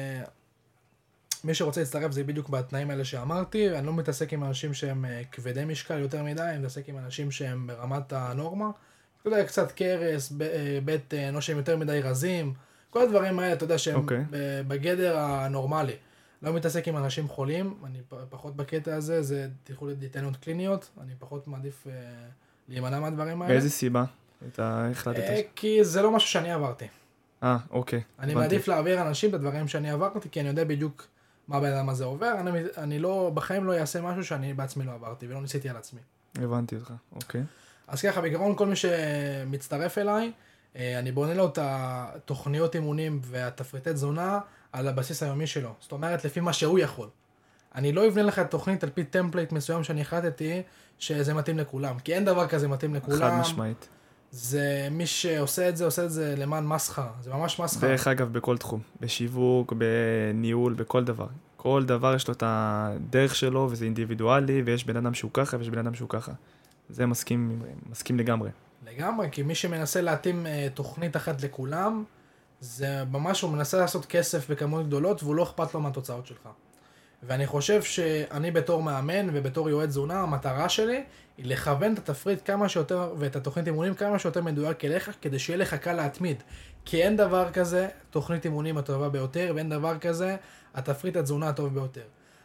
מי שרוצה להצטרף זה בדיוק בתנאים האלה שאמרתי, אני לא מתעסק עם אנשים שהם כבדי משקל יותר מדי, אני מתעסק עם אנשים שהם ברמת הנורמה, אתה יודע, קצת קרס, בטן, או שהם יותר מדי רזים, כל הדברים האלה, אתה יודע, שהם okay. בגדר הנורמלי. לא מתעסק עם אנשים חולים, אני פחות בקטע הזה, זה תלכו לדיאטניות קליניות, אני פחות מעדיף אה, להימנע מהדברים האלה. באיזה סיבה? אתה החלטת? אה, כי זה לא משהו שאני עברתי. אה, אוקיי. אני מעדיף להעביר אנשים את הדברים שאני עברתי, כי אני יודע בדיוק מה הבן אדם הזה עובר, אני, אני לא, בחיים לא אעשה משהו שאני בעצמי לא עברתי, ולא ניסיתי על עצמי. הבנתי אותך, אוקיי. אז ככה, בעיקרון כל מי שמצטרף אליי, אני בונה לו את התוכניות אימונים והתפריטי תזונה על הבסיס היומי שלו. זאת אומרת, לפי מה שהוא יכול. אני לא אבנה לך את תוכנית על פי טמפלייט מסוים שאני החלטתי שזה מתאים לכולם. כי אין דבר כזה מתאים לכולם. חד משמעית. זה מי שעושה את זה, עושה את זה למען מסחר. זה ממש מסחר. דרך אגב, בכל תחום. בשיווק, בניהול, בכל דבר. כל דבר יש לו את הדרך שלו, וזה אינדיבידואלי, ויש בן אדם שהוא ככה, ויש בן אדם שהוא ככה. זה מסכים, מסכים לגמרי. לגמרי, כי מי שמנסה להתאים תוכנית אחת לכולם, זה ממש, הוא מנסה לעשות כסף בכמות גדולות, והוא לא אכפת לו מהתוצאות שלך. ואני חושב שאני בתור מאמן ובתור יועץ תזונה, המטרה שלי היא לכוון את התפריט כמה שיותר, ואת התוכנית אימונים כמה שיותר מדויק אליך, כדי שיהיה לך קל להתמיד. כי אין דבר כזה תוכנית אימונים הטובה ביותר, ואין דבר כזה התפריט התזונה הטוב ביותר.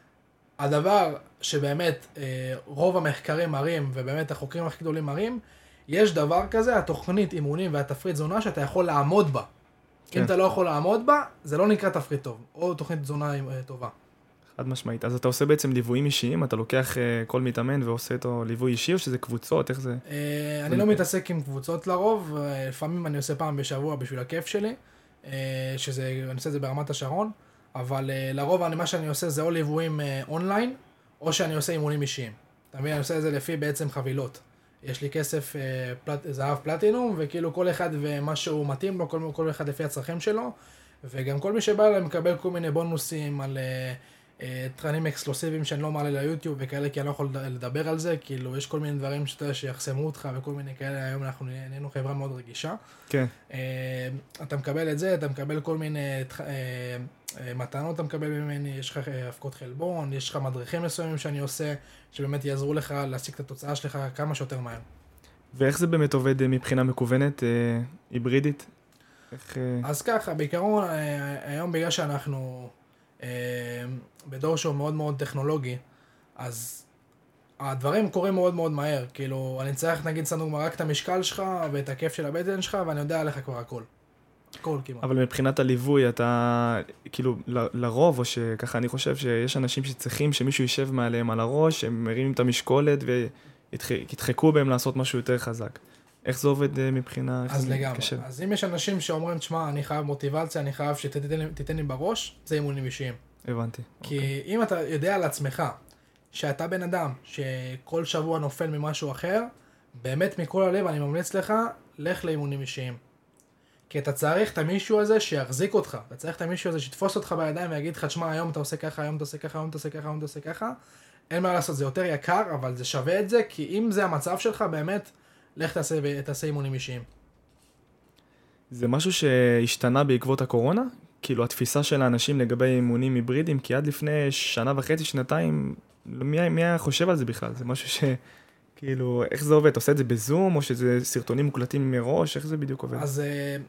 הדבר שבאמת רוב המחקרים מראים, ובאמת החוקרים הכי גדולים מראים, יש דבר כזה, התוכנית אימונים והתפריט תזונה שאתה יכול לעמוד בה. כן. אם אתה לא יכול לעמוד בה, זה לא נקרא תפריט טוב, או תוכנית תזונה טובה. חד משמעית. אז אתה עושה בעצם ליוויים אישיים, אתה לוקח כל מתאמן ועושה אותו ליווי אישי, או שזה קבוצות, איך זה? אני לא מתעסק עם קבוצות לרוב, לפעמים אני עושה פעם בשבוע בשביל הכיף שלי, שזה, אני עושה את זה ברמת השרון, אבל לרוב אני, מה שאני עושה זה או ליוויים אונליין, או שאני עושה אימונים אישיים. אתה מבין, אני עושה את זה לפי בעצם חבילות. יש לי כסף פלט, זהב פלטינום, וכאילו כל אחד ומה שהוא מתאים לו, כל, כל אחד לפי הצרכים שלו, וגם כל מי שבא אליי מקבל כל מיני בונוסים על uh, תכנים אקסקלוסיביים שאני לא מעלה ליוטיוב וכאלה, כי אני לא יכול לדבר על זה, כאילו יש כל מיני דברים שאתה שיחסמו אותך וכל מיני כאלה, היום אנחנו נהיינו חברה מאוד רגישה. כן. Uh, אתה מקבל את זה, אתה מקבל כל מיני uh, uh, מתנות, אתה מקבל ממני, יש לך הפקות חלבון, יש לך מדריכים מסוימים שאני עושה, שבאמת יעזרו לך להשיג את התוצאה שלך כמה שיותר מהר. ואיך זה באמת עובד מבחינה מקוונת, אה, היברידית? איך, אה... אז ככה, בעיקרון, אה, היום בגלל שאנחנו אה, בדור שהוא מאוד מאוד טכנולוגי, אז הדברים קורים מאוד מאוד מהר. כאילו, אני צריך, נגיד, סנו רק את המשקל שלך ואת הכיף של הבטן שלך, ואני יודע עליך כבר הכל. הכל כמעט. אבל מבחינת הליווי, אתה, כאילו, ל- לרוב, או שככה, אני חושב שיש אנשים שצריכים שמישהו יישב מעליהם על הראש, הם מרימים את המשקולת ויתחקו בהם לעשות משהו יותר חזק. איך זה עובד מבחינה... אז לגמרי. אז אם יש אנשים שאומרים, תשמע, אני חייב מוטיבציה, אני חייב שתיתן לי בראש, זה אימונים אישיים. הבנתי. כי אוקיי. אם אתה יודע על עצמך, שאתה בן אדם שכל שבוע נופל ממשהו אחר, באמת מכל הלב אני ממליץ לך, לך לאימונים אישיים. כי אתה צריך את המישהו הזה שיחזיק אותך, אתה צריך את המישהו הזה שיתפוס אותך בידיים ויגיד לך, תשמע, היום אתה עושה ככה, היום אתה עושה ככה, היום אתה עושה ככה, היום אתה עושה ככה. אין מה לעשות, זה יותר יקר, אבל זה שווה את זה, כי אם זה המצב שלך, באמת, לך תעשה, תעשה אימונים אישיים. זה משהו שהשתנה בעקבות הקורונה? כאילו התפיסה של האנשים לגבי אימונים היברידיים, כי עד לפני שנה וחצי, שנתיים, מי, מי היה חושב על זה בכלל? זה משהו ש... כאילו, איך זה עובד? אתה עושה את זה בזום, או שזה סרטונים מוקלטים מראש? איך זה בדיוק עובד? אז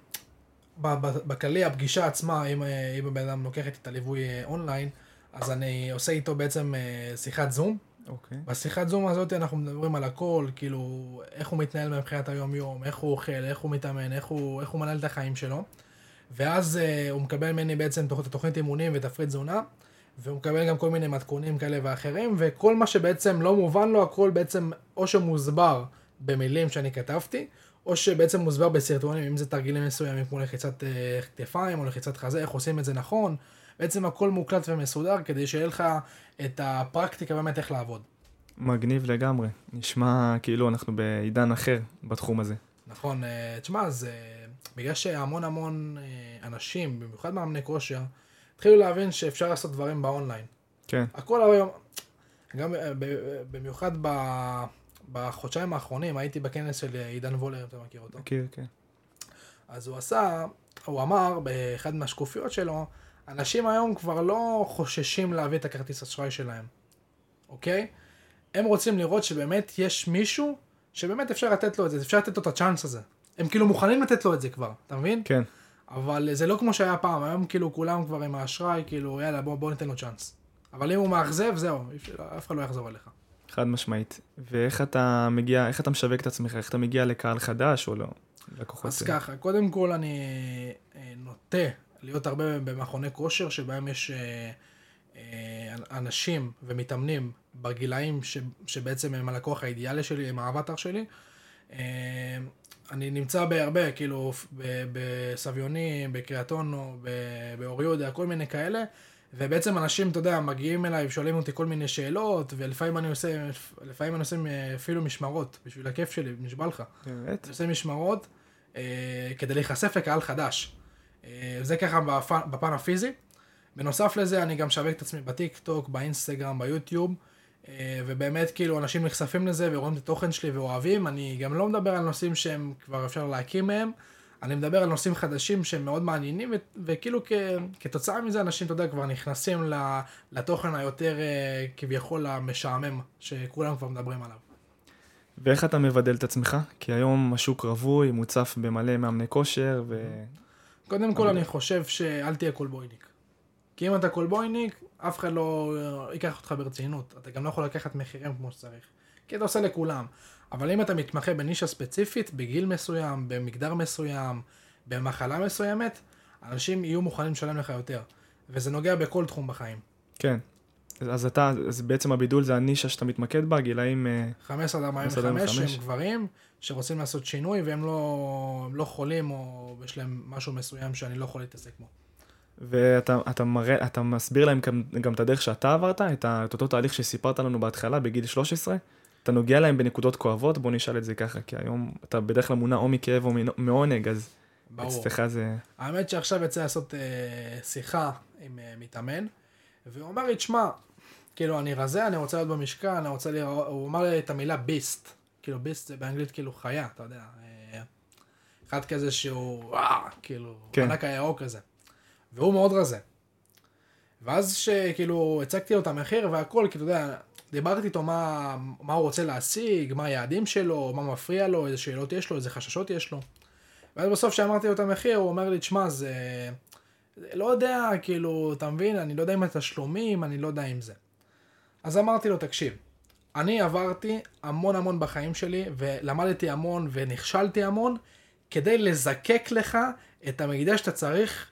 בכללי, הפגישה עצמה, אם, אם הבן אדם לוקח את הליווי אונליין, אז אני עושה איתו בעצם שיחת זום. אוקיי. בשיחת זום הזאת אנחנו מדברים על הכל, כאילו, איך הוא מתנהל מבחינת היום-יום, איך הוא אוכל, איך הוא מתאמן, איך הוא, איך הוא מנהל את החיים שלו. ואז uh, הוא מקבל ממני בעצם את התוכנית אימונים ותפריט תזונה, והוא מקבל גם כל מיני מתכונים כאלה ואחרים, וכל מה שבעצם לא מובן לו, הכל בעצם או שמוסבר במילים שאני כתבתי, או שבעצם מוסבר בסרטונים, אם זה תרגילים מסוימים כמו לחיצת אה, כתפיים או לחיצת חזה, איך עושים את זה נכון. בעצם הכל מוקלט ומסודר כדי שיהיה לך את הפרקטיקה באמת איך לעבוד. מגניב לגמרי. נשמע כאילו אנחנו בעידן אחר בתחום הזה. נכון, אה, תשמע, זה בגלל שהמון המון אה, אנשים, במיוחד מאמני כושר, התחילו להבין שאפשר לעשות דברים באונליין. כן. הכל היום, גם ב- ב- במיוחד ב... בחודשיים האחרונים הייתי בכנס של עידן וולר, אם אתה מכיר אותו. מכיר, כן. אז הוא עשה, הוא אמר באחד מהשקופיות שלו, אנשים היום כבר לא חוששים להביא את הכרטיס אשראי שלהם, אוקיי? הם רוצים לראות שבאמת יש מישהו שבאמת אפשר לתת לו את זה, אפשר לתת לו את הצ'אנס הזה. הם כאילו מוכנים לתת לו את זה כבר, אתה מבין? כן. אבל זה לא כמו שהיה פעם, היום כאילו כולם כבר עם האשראי, כאילו יאללה בוא, בוא ניתן לו צ'אנס. אבל אם הוא מאכזב, זהו, אף אחד לא יחזור אליך. חד משמעית. ואיך אתה מגיע, איך אתה משווק את עצמך? איך אתה מגיע לקהל חדש או לא? לקוחות. אז ככה, קודם כל אני נוטה להיות הרבה במכוני כושר, שבהם יש אנשים ומתאמנים בגילאים ש, שבעצם הם הלקוח האידיאלי שלי, הם האבטר שלי. אני נמצא בהרבה, כאילו, בסביוני, בקריאטונו, באור יהודה, כל מיני כאלה. ובעצם אנשים, אתה יודע, מגיעים אליי ושואלים אותי כל מיני שאלות, ולפעמים אני עושה, לפעמים אני עושה אפילו משמרות, בשביל הכיף שלי, נשבע לך. באמת? אני עושה משמרות אה, כדי להיחשף לקהל חדש. אה, זה ככה בפן, בפן הפיזי. בנוסף לזה, אני גם שווק את עצמי בטיק טוק, באינסטגרם, ביוטיוב, אה, ובאמת כאילו אנשים נחשפים לזה ורואים את התוכן שלי ואוהבים. אני גם לא מדבר על נושאים שהם כבר אפשר להקים מהם, אני מדבר על נושאים חדשים שהם מאוד מעניינים, ו- וכאילו כ- כתוצאה מזה אנשים, אתה יודע, כבר נכנסים לתוכן היותר כביכול המשעמם, שכולם כבר מדברים עליו. ואיך אתה מבדל את עצמך? כי היום השוק רווי, מוצף במלא מאמני כושר ו... קודם כל אני חושב שאל תהיה קולבויניק. כי אם אתה קולבויניק, אף אחד לא ייקח אותך ברצינות. אתה גם לא יכול לקחת מחירים כמו שצריך. כי אתה עושה לכולם. אבל אם אתה מתמחה בנישה ספציפית, בגיל מסוים, במגדר מסוים, במחלה מסוימת, אנשים יהיו מוכנים לשלם לך יותר. וזה נוגע בכל תחום בחיים. כן. אז אתה, אז בעצם הבידול זה הנישה שאתה מתמקד בה, גילאים... חמש עד ארבעים וחמש שהם גברים שרוצים לעשות שינוי, והם לא, הם לא חולים, או יש להם משהו מסוים שאני לא יכול להתעסק בו. ואתה אתה מראה, אתה מסביר להם גם, גם את הדרך שאתה עברת, את, ה, את אותו תהליך שסיפרת לנו בהתחלה, בגיל שלוש עשרה, אתה נוגע להם בנקודות כואבות, בוא נשאל את זה ככה, כי היום אתה בדרך כלל מונע או מכאב או מעונג, אז אצלך זה... האמת שעכשיו יצא לעשות אה, שיחה עם אה, מתאמן, והוא אמר לי, תשמע, כאילו אני רזה, אני רוצה להיות במשקל, אני רוצה לראות, הוא אמר לי את המילה ביסט, כאילו ביסט זה באנגלית כאילו חיה, אתה יודע, אה, אחד כזה שהוא, אה, כאילו, כן. ענק הירוק כזה, והוא מאוד רזה. ואז שכאילו הצגתי לו את המחיר והכל, כאילו, אתה יודע, דיברתי איתו מה, מה הוא רוצה להשיג, מה היעדים שלו, מה מפריע לו, איזה שאלות יש לו, איזה חששות יש לו. ואז בסוף שאמרתי לו את המחיר, הוא אומר לי, תשמע, זה... לא יודע, כאילו, אתה מבין, אני לא יודע אם התשלומים, אני לא יודע אם זה. אז אמרתי לו, תקשיב, אני עברתי המון המון בחיים שלי, ולמדתי המון ונכשלתי המון, כדי לזקק לך את המידע שאתה צריך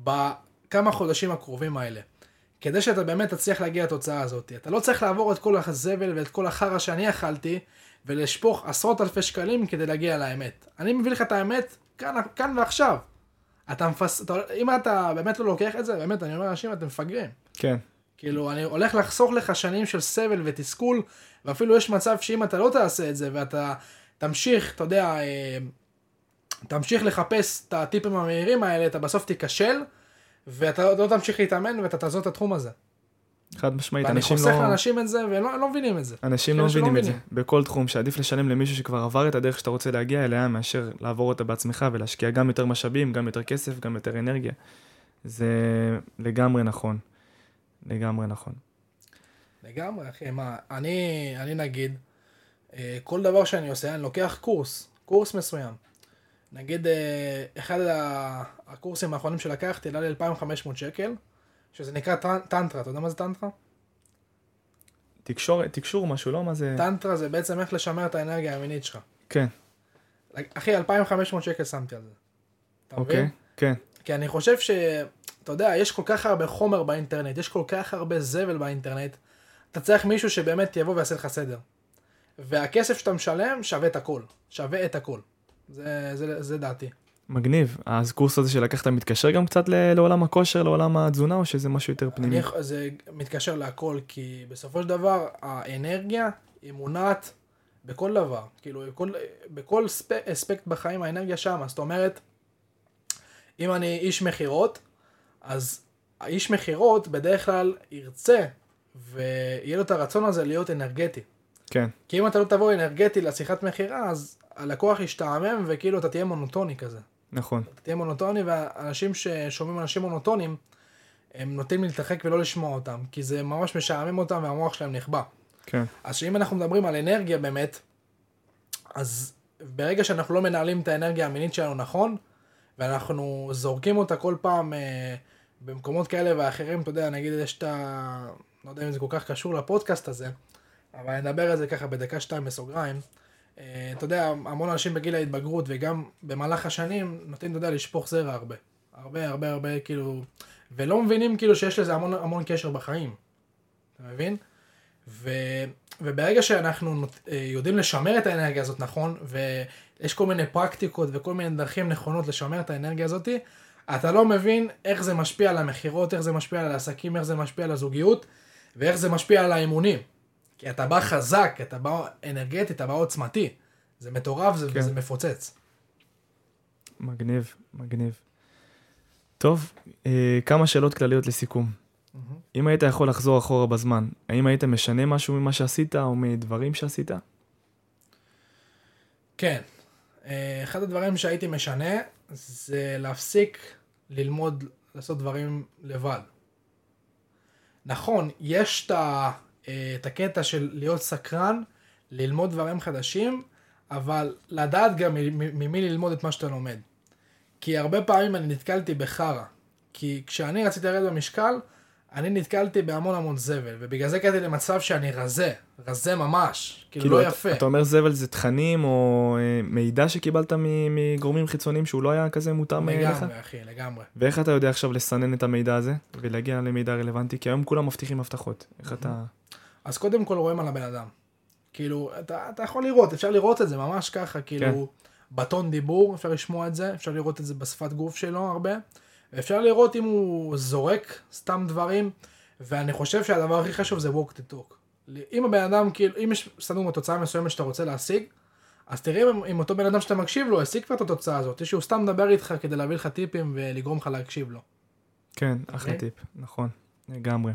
בכמה חודשים הקרובים האלה. כדי שאתה באמת תצליח להגיע לתוצאה הזאת. אתה לא צריך לעבור את כל הזבל ואת כל החרא שאני אכלתי, ולשפוך עשרות אלפי שקלים כדי להגיע לאמת. אני מביא לך את האמת כאן, כאן ועכשיו. אתה מפס... אתה... אם אתה באמת לא לוקח את זה, באמת, אני אומר לאנשים, אתם מפגרים. כן. כאילו, אני הולך לחסוך לך שנים של סבל ותסכול, ואפילו יש מצב שאם אתה לא תעשה את זה, ואתה תמשיך, אתה יודע, תמשיך לחפש את הטיפים המהירים האלה, אתה בסוף תיכשל, ואתה לא תמשיך להתאמן, ואתה תעזור את התחום הזה. חד משמעית, ואני חוסך לא... לאנשים את זה, והם לא, לא מבינים את זה. אנשים לא מבינים את זה. בכל תחום, שעדיף לשלם למישהו שכבר עבר את הדרך שאתה רוצה להגיע אליה, מאשר לעבור אותה בעצמך, ולהשקיע גם יותר משאבים, גם יותר כסף, גם יותר אנרגיה. זה לגמרי נכון. לגמרי נכון. לגמרי, אחי. מה, אני, אני נגיד, כל דבר שאני עושה, אני לוקח קורס, קורס מסוים. נגיד, אחד הקורסים האחרונים שלקחתי, עלה לי אלפיים וחמש מאות שקל, שזה נקרא טנטרה. אתה יודע מה זה טנטרה? תקשור, תקשור משהו, לא? מה זה? טנטרה זה בעצם איך לשמר את האנרגיה המינית שלך. כן. אחי, אלפיים וחמש מאות שקל שמתי על זה. אתה מבין? אוקיי, כן. כי אני חושב ש... אתה יודע, יש כל כך הרבה חומר באינטרנט, יש כל כך הרבה זבל באינטרנט, אתה צריך מישהו שבאמת יבוא ויעשה לך סדר. והכסף שאתה משלם שווה את הכל. שווה את הכל. זה, זה, זה דעתי. מגניב. אז קורס הזה שלקחת מתקשר גם קצת ל- לעולם הכושר, לעולם התזונה, או שזה משהו יותר פנימי? אני, זה מתקשר להכל, כי בסופו של דבר, האנרגיה היא מונעת בכל דבר. כאילו, בכל, בכל ספ, אספקט בחיים, האנרגיה שם. זאת אומרת, אם אני איש מחירות, אז האיש מחירות בדרך כלל ירצה, ויהיה לו את הרצון הזה להיות אנרגטי. כן. כי אם אתה לא תבוא אנרגטי לשיחת מחירה, אז הלקוח ישתעמם, וכאילו אתה תהיה מונוטוני כזה. נכון. אתה תהיה מונוטוני, והאנשים ששומעים אנשים מונוטונים, הם נוטים להתרחק ולא לשמוע אותם, כי זה ממש משעמם אותם, והמוח שלהם נחבא. כן. אז שאם אנחנו מדברים על אנרגיה באמת, אז ברגע שאנחנו לא מנהלים את האנרגיה המינית שלנו נכון, ואנחנו זורקים אותה כל פעם אה, במקומות כאלה ואחרים, אתה יודע, נגיד יש את ה... לא יודע אם זה כל כך קשור לפודקאסט הזה, אבל אני אדבר על זה ככה בדקה שתיים בסוגריים. אה, אתה יודע, המון אנשים בגיל ההתבגרות וגם במהלך השנים נוטים, אתה יודע, לשפוך זרע הרבה. הרבה, הרבה, הרבה, כאילו... ולא מבינים כאילו שיש לזה המון, המון קשר בחיים. אתה מבין? ו... וברגע שאנחנו נות... יודעים לשמר את האנרגיה הזאת נכון, ויש כל מיני פרקטיקות וכל מיני דרכים נכונות לשמר את האנרגיה הזאת, אתה לא מבין איך זה משפיע על המחירות, איך זה משפיע על העסקים, איך זה משפיע על הזוגיות, ואיך זה משפיע על האימונים. כי אתה בא חזק, אתה בא אנרגטי, אתה בא עוצמתי. זה מטורף, זה, כן. זה מפוצץ. מגניב, מגניב. טוב, אה, כמה שאלות כלליות לסיכום. Mm-hmm. אם היית יכול לחזור אחורה בזמן, האם היית משנה משהו ממה שעשית או מדברים שעשית? כן. אחד הדברים שהייתי משנה זה להפסיק ללמוד לעשות דברים לבד. נכון, יש את, ה, את הקטע של להיות סקרן, ללמוד דברים חדשים, אבל לדעת גם ממי ללמוד את מה שאתה לומד. כי הרבה פעמים אני נתקלתי בחרה. כי כשאני רציתי לרדת במשקל, אני נתקלתי בהמון המון זבל, ובגלל זה קראתי למצב שאני רזה, רזה ממש, כאילו, כאילו לא אתה, יפה. אתה אומר זבל זה תכנים או אה, מידע שקיבלת מ- מגורמים חיצוניים שהוא לא היה כזה מותאם לך? לגמרי, אחי, לגמרי. ואיך אתה יודע עכשיו לסנן את המידע הזה ולהגיע למידע רלוונטי? כי היום כולם מבטיחים הבטחות. איך אתה... אז קודם כל רואים על הבן אדם. כאילו, אתה, אתה יכול לראות, אפשר לראות את זה ממש ככה, כאילו, כן. בטון דיבור, אפשר לשמוע את זה, אפשר לראות את זה בשפת גוף שלו הרבה, ואפשר לראות אם הוא זורק סתם דברים, ואני חושב שהדבר הכי חשוב זה walk the talk. אם הבן אדם, כאילו, אם יש סנום התוצאה מסוימת שאתה רוצה להשיג, אז תראה אם, אם אותו בן אדם שאתה מקשיב לו, השיג כבר את התוצאה הזאת, שהוא סתם מדבר איתך כדי להביא לך טיפים ולגרום לך להקשיב לו. כן, אחלה טיפ, נכון, לגמרי.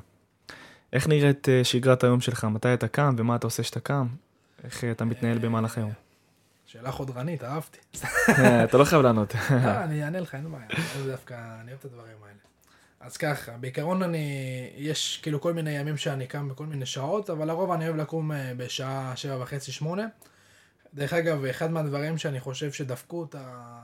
איך נראית שגרת היום שלך? מתי אתה קם ומה אתה עושה שאתה קם? איך אתה מתנהל במהלך היום? שאלה חודרנית, אהבתי. אתה לא חייב לענות. אני אענה לך, אין בעיה. זה דווקא, אני אוהב את הדברים האלה. אז ככה, בעיקרון אני, יש כאילו כל מיני ימים שאני קם בכל מיני שעות, אבל לרוב אני אוהב לקום בשעה שבע וחצי, שמונה. דרך אגב, אחד מהדברים שאני חושב שדפקו את, ה...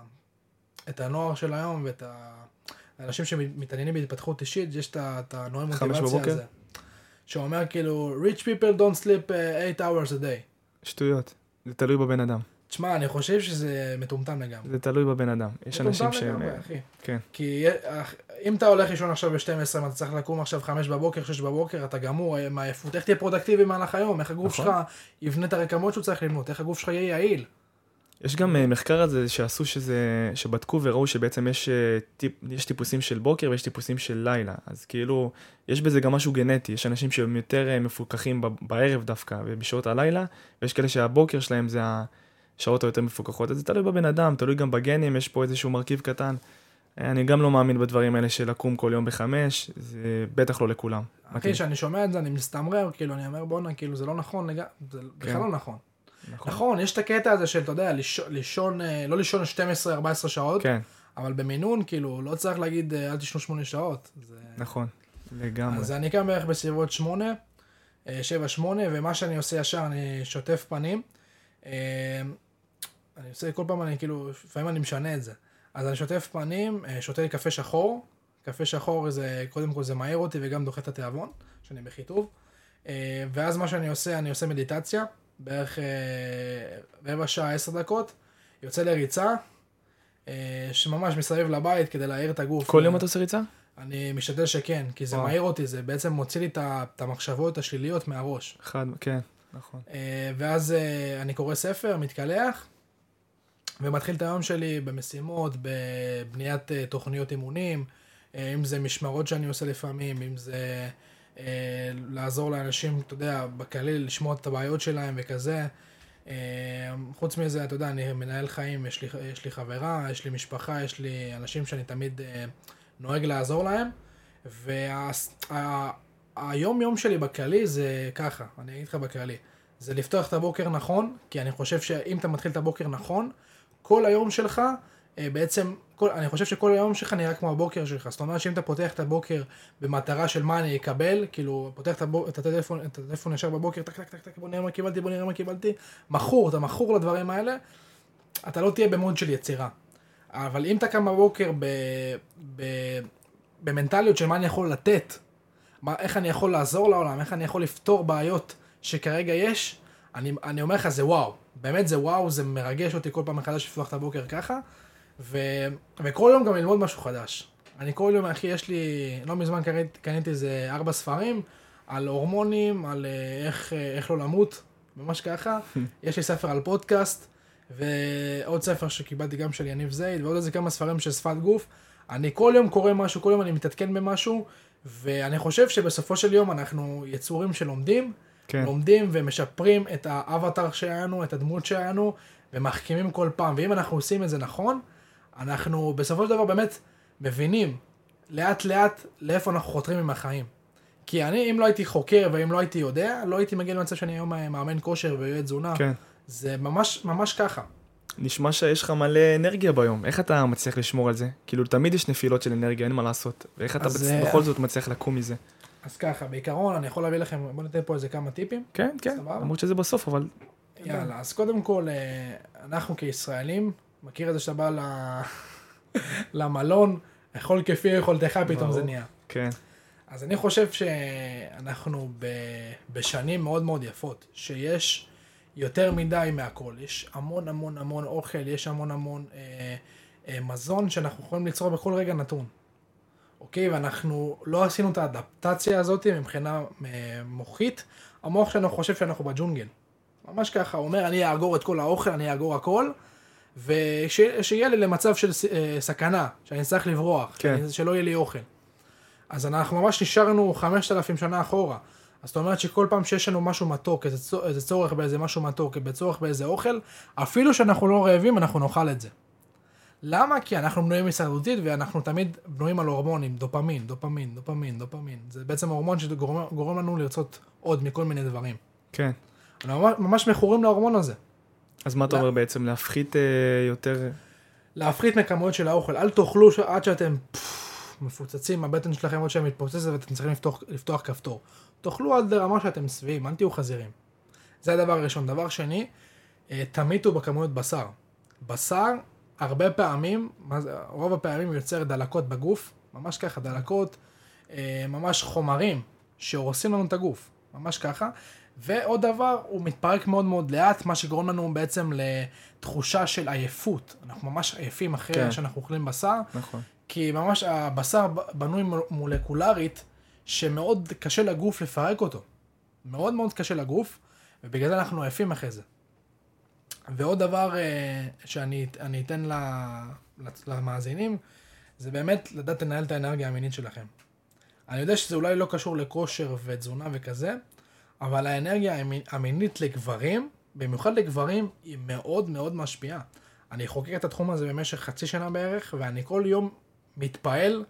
את הנוער של היום ואת האנשים שמתעניינים בהתפתחות אישית, יש את הנוער מוטיבציה הזה. שאומר כאילו, rich people don't sleep eight hours a day. שטויות, זה תלוי בבן אדם. תשמע, אני חושב שזה מטומטם לגמרי. זה תלוי בבן אדם. יש אנשים שהם... מטומטם לגמרי, אחי. כן. כי אם אתה הולך לישון עכשיו ב-שתים עשרה, אתה צריך לקום עכשיו חמש בבוקר, שש בבוקר, אתה גמור, מעייפות. איך תהיה פרודקטיבי מהלך היום? איך הגוף שלך יבנה את הרקמות שהוא צריך לבנות? איך הגוף שלך יהיה יעיל? יש גם מחקר הזה שעשו שזה, שבדקו וראו שבעצם יש, טיפ, יש טיפוסים של בוקר ויש טיפוסים של לילה. אז כאילו, יש בזה גם משהו גנטי. יש אנשים שהם יותר מפוקחים בערב דווקא ובשעות הלילה, ויש כאלה שהבוקר שלהם זה השעות היותר מפוקחות. אז זה תלוי בבן אדם, תלוי גם בגנים, יש פה איזשהו מרכיב קטן. אני גם לא מאמין בדברים האלה של לקום כל יום בחמש, זה בטח לא לכולם. אחי, כשאני שומע את זה, אני מסתמרר, כאילו, אני אומר, בוא'נה, כאילו, זה לא נכון, זה בכלל לא נכון. נכון. נכון, יש את הקטע הזה של, אתה יודע, לישון, לא לישון שתים עשרה ארבע עשרה שעות, כן. אבל במינון, כאילו, לא צריך להגיד, אל תשנו שמונה שעות. זה... נכון, לגמרי. אז אני קם בערך בסביבות שמונה, שבע שמונה, ומה שאני עושה ישר, אני שוטף פנים. אני עושה, כל פעם אני, כאילו, לפעמים אני משנה את זה. אז אני שוטף פנים, שותה לי קפה שחור. קפה שחור זה, קודם כל זה מהיר אותי וגם דוחה את התיאבון, שאני בחיטוב. ואז מה שאני עושה, אני עושה מדיטציה. בערך רבע שעה, עשר דקות, יוצא לריצה, שממש מסביב לבית כדי להעיר את הגוף. כל יום אתה עושה ריצה? אני משתדל שכן, כי זה מהיר אותי, זה בעצם מוציא לי את המחשבות השליליות מהראש. אחד, כן, נכון. ואז אני קורא ספר, מתקלח, ומתחיל את היום שלי במשימות, בבניית אה, תוכניות אימונים, אה, אם זה משמרות שאני עושה לפעמים, אם זה אה, לעזור לאנשים, אתה יודע, בקליל, לשמוע את הבעיות שלהם וכזה. אה, חוץ מזה, אתה יודע, אני מנהל חיים, יש לי, יש לי חברה, יש לי משפחה, יש לי אנשים שאני תמיד אה, נוהג לעזור להם, והיום יום שלי בכללי זה ככה, אני אגיד לך בכללי, זה לפתוח את הבוקר נכון, כי אני חושב שאם אתה מתחיל את הבוקר נכון, כל היום שלך, בעצם, כל, אני חושב שכל היום שלך נראה כמו הבוקר שלך. זאת אומרת שאם אתה פותח את הבוקר במטרה של מה אני אקבל, כאילו, פותח את, הבוק, את הטלפון, את הטלפון ישר בבוקר, טק, טק, טק, טק, בוא נראה מה קיבלתי, בוא נראה מה קיבלתי, מכור, אתה מכור לדברים האלה, אתה לא תהיה במוד של יצירה. אבל אם אתה קם בבוקר ב, ב, במנטליות של מה אני יכול לתת, מה, איך אני יכול לעזור לעולם, איך אני יכול לפתור בעיות שכרגע יש, אני, אני אומר לך, זה וואו. באמת זה וואו, זה מרגש אותי כל פעם מחדש לפתוח את הבוקר ככה, ו, וכל יום גם ללמוד משהו חדש. אני כל יום, אחי, יש לי, לא מזמן קניתי, קניתי איזה ארבע ספרים, על הורמונים, על איך, איך לא למות, ממש ככה. יש לי ספר על פודקאסט, ועוד ספר שקיבלתי גם של יניב זייד, ועוד איזה כמה ספרים של שפת גוף. אני כל יום קורא משהו, כל יום אני מתעדכן במשהו, ואני חושב שבסופו של יום אנחנו יצורים שלומדים, כן. לומדים ומשפרים את האבטר שלנו, את הדמות שלנו, ומחכימים כל פעם. ואם אנחנו עושים את זה נכון, אנחנו בסופו של דבר באמת מבינים לאט לאט לאיפה אנחנו חותרים עם החיים. כי אני, אם לא הייתי חוקר ואם לא הייתי יודע, לא הייתי מגיע למצב שאני היום מאמן כושר ויועד תזונה. כן. זה ממש, ממש ככה. נשמע שיש לך מלא אנרגיה ביום. איך אתה מצליח לשמור על זה? כאילו, תמיד יש נפילות של אנרגיה, אין מה לעשות. ואיך אתה בצ... בכל זאת מצליח לקום מזה? אז ככה, בעיקרון אני יכול להביא לכם, בוא ניתן פה איזה כמה טיפים. כן, כן, למרות שזה בסוף, אבל... יאללה, אז קודם כל, אנחנו כישראלים, מכיר את זה שאתה בא למלון, אכול כפי יכולתך, פתאום זה נהיה. כן. אז אני חושב שאנחנו בשנים מאוד מאוד יפות, שיש יותר מדי מהכל, יש המון המון המון אוכל, יש המון המון אה, אה, מזון שאנחנו יכולים ליצור בכל רגע נתון. אוקיי, ואנחנו לא עשינו את האדפטציה הזאת מבחינה מוחית, המוח שלנו חושב שאנחנו בג'ונגל. ממש ככה, הוא אומר, אני אאגור את כל האוכל, אני אאגור הכל, ושיהיה לי למצב של סכנה, שאני צריך לברוח, כן. שלא יהיה לי אוכל. אז אנחנו ממש נשארנו חמשת אלפים שנה אחורה. אז זאת אומרת שכל פעם שיש לנו משהו מתוק, איזה צורך באיזה משהו מתוק, בצורך באיזה אוכל, אפילו שאנחנו לא רעבים, אנחנו נאכל את זה. למה? כי אנחנו בנויים הישרדותית, ואנחנו תמיד בנויים על הורמונים, דופמין, דופמין, דופמין, דופמין. זה בעצם הורמון שגורם לנו לרצות עוד מכל מיני דברים. כן. אנחנו ממש מכורים להורמון הזה. אז מה אתה אומר בעצם? להפחית יותר... להפחית מכמויות של האוכל. אל תאכלו עד שאתם מפוצצים, הבטן שלכם עוד שהם מתפוצצת ואתם צריכים לפתוח, לפתוח כפתור. תאכלו עד לרמה שאתם שבעים, אל תהיו חזירים. זה הדבר הראשון. דבר שני, תמיתו בכמויות בשר. בשר, הרבה פעמים, רוב הפעמים הוא יוצר דלקות בגוף, ממש ככה, דלקות, ממש חומרים שהורסים לנו את הגוף, ממש ככה. ועוד דבר, הוא מתפרק מאוד מאוד לאט, מה שגורם לנו בעצם לתחושה של עייפות. אנחנו ממש עייפים אחרי כן. שאנחנו אוכלים בשר, נכון. כי ממש הבשר בנוי מולקולרית, שמאוד קשה לגוף לפרק אותו. מאוד מאוד קשה לגוף, ובגלל זה אנחנו עייפים אחרי זה. ועוד דבר שאני אני אתן למאזינים, זה באמת לדעת לנהל את האנרגיה המינית שלכם. אני יודע שזה אולי לא קשור לכושר ותזונה וכזה, אבל האנרגיה המינית לגברים, במיוחד לגברים, היא מאוד מאוד משפיעה. אני חוקר את התחום הזה במשך חצי שנה בערך, ואני כל יום מתפעל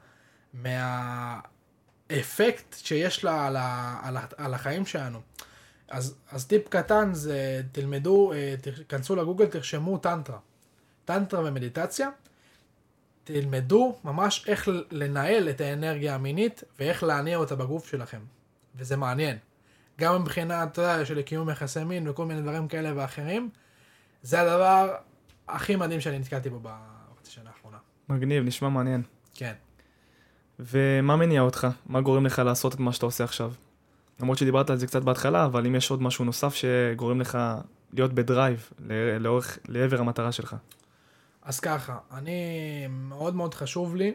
מהאפקט שיש לה על, ה, על, ה, על החיים שלנו. אז, אז טיפ קטן זה, תלמדו, תכנסו לגוגל, תרשמו טנטרה. טנטרה ומדיטציה, תלמדו ממש איך לנהל את האנרגיה המינית, ואיך להניע אותה בגוף שלכם. וזה מעניין. גם מבחינה, אתה יודע, של קיום יחסי מין וכל מיני דברים כאלה ואחרים, זה הדבר הכי מדהים שאני נתקלתי בו בחצי שנה האחרונה. מגניב, נשמע מעניין. כן. ומה מניע אותך? מה גורם לך לעשות את מה שאתה עושה עכשיו? למרות שדיברת על זה קצת בהתחלה, אבל אם יש עוד משהו נוסף שגורם לך להיות בדרייב לאורך, לעבר המטרה שלך. אז ככה, אני מאוד מאוד חשוב לי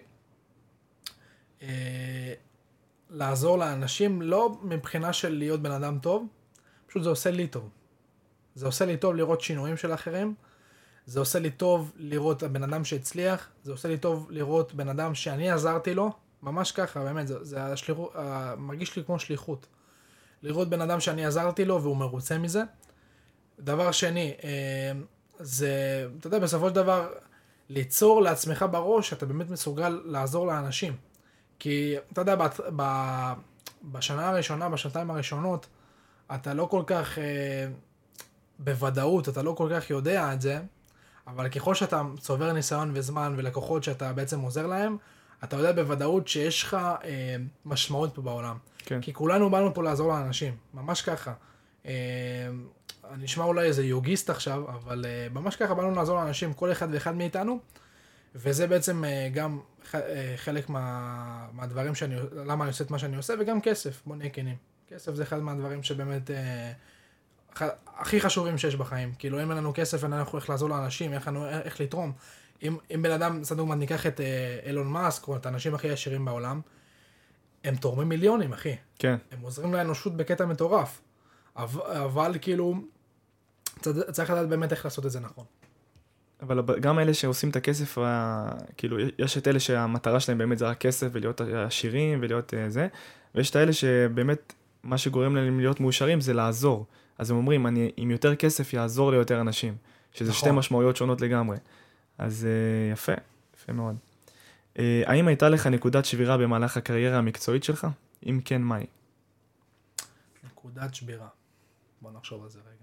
אה, לעזור לאנשים, לא מבחינה של להיות בן אדם טוב, פשוט זה עושה לי טוב. זה עושה לי טוב לראות שינויים של אחרים, זה עושה לי טוב לראות בן אדם שהצליח, זה עושה לי טוב לראות בן אדם שאני עזרתי לו, ממש ככה, באמת, זה, זה השליחות, מרגיש לי כמו שליחות. לראות בן אדם שאני עזרתי לו והוא מרוצה מזה. דבר שני, זה, אתה יודע, בסופו של דבר, ליצור לעצמך בראש, אתה באמת מסוגל לעזור לאנשים. כי, אתה יודע, ב, ב, בשנה הראשונה, בשנתיים הראשונות, אתה לא כל כך, בוודאות, אתה לא כל כך יודע את זה, אבל ככל שאתה צובר ניסיון וזמן ולקוחות שאתה בעצם עוזר להם, אתה יודע בוודאות שיש לך אה, משמעות פה בעולם. כן. כי כולנו באנו פה לעזור לאנשים, ממש ככה. אה, אני אשמע אולי איזה יוגיסט עכשיו, אבל אה, ממש ככה באנו לעזור לאנשים, כל אחד ואחד מאיתנו, וזה בעצם אה, גם ח, אה, חלק מה, מהדברים שאני, למה אני עושה את מה שאני עושה, וגם כסף, בוא נהיה כנים. כסף זה אחד מהדברים שבאמת... אה, הכי חשובים שיש בחיים. כאילו, אם אין לנו כסף, אין לנו איך לעזור לאנשים, איך, לנו, איך לתרום. אם, אם בן אדם, סדום, ניקח את אילון מאסק, או את האנשים הכי עשירים בעולם, הם תורמים מיליונים, אחי. כן. הם עוזרים לאנושות בקטע מטורף. אבל, אבל כאילו, צריך לדעת באמת איך לעשות את זה נכון. אבל גם אלה שעושים את הכסף, כאילו, יש את אלה שהמטרה שלהם באמת זה רק כסף, ולהיות עשירים, ולהיות זה, ויש את האלה שבאמת, מה שגורם להם להיות מאושרים זה לעזור. אז הם אומרים, אני עם יותר כסף יעזור ליותר אנשים, שזה נכון. שתי משמעויות שונות לגמרי. אז uh, יפה, יפה מאוד. Uh, האם הייתה לך נקודת שבירה במהלך הקריירה המקצועית שלך? אם כן, מהי? נקודת שבירה. בוא נחשוב על זה רגע.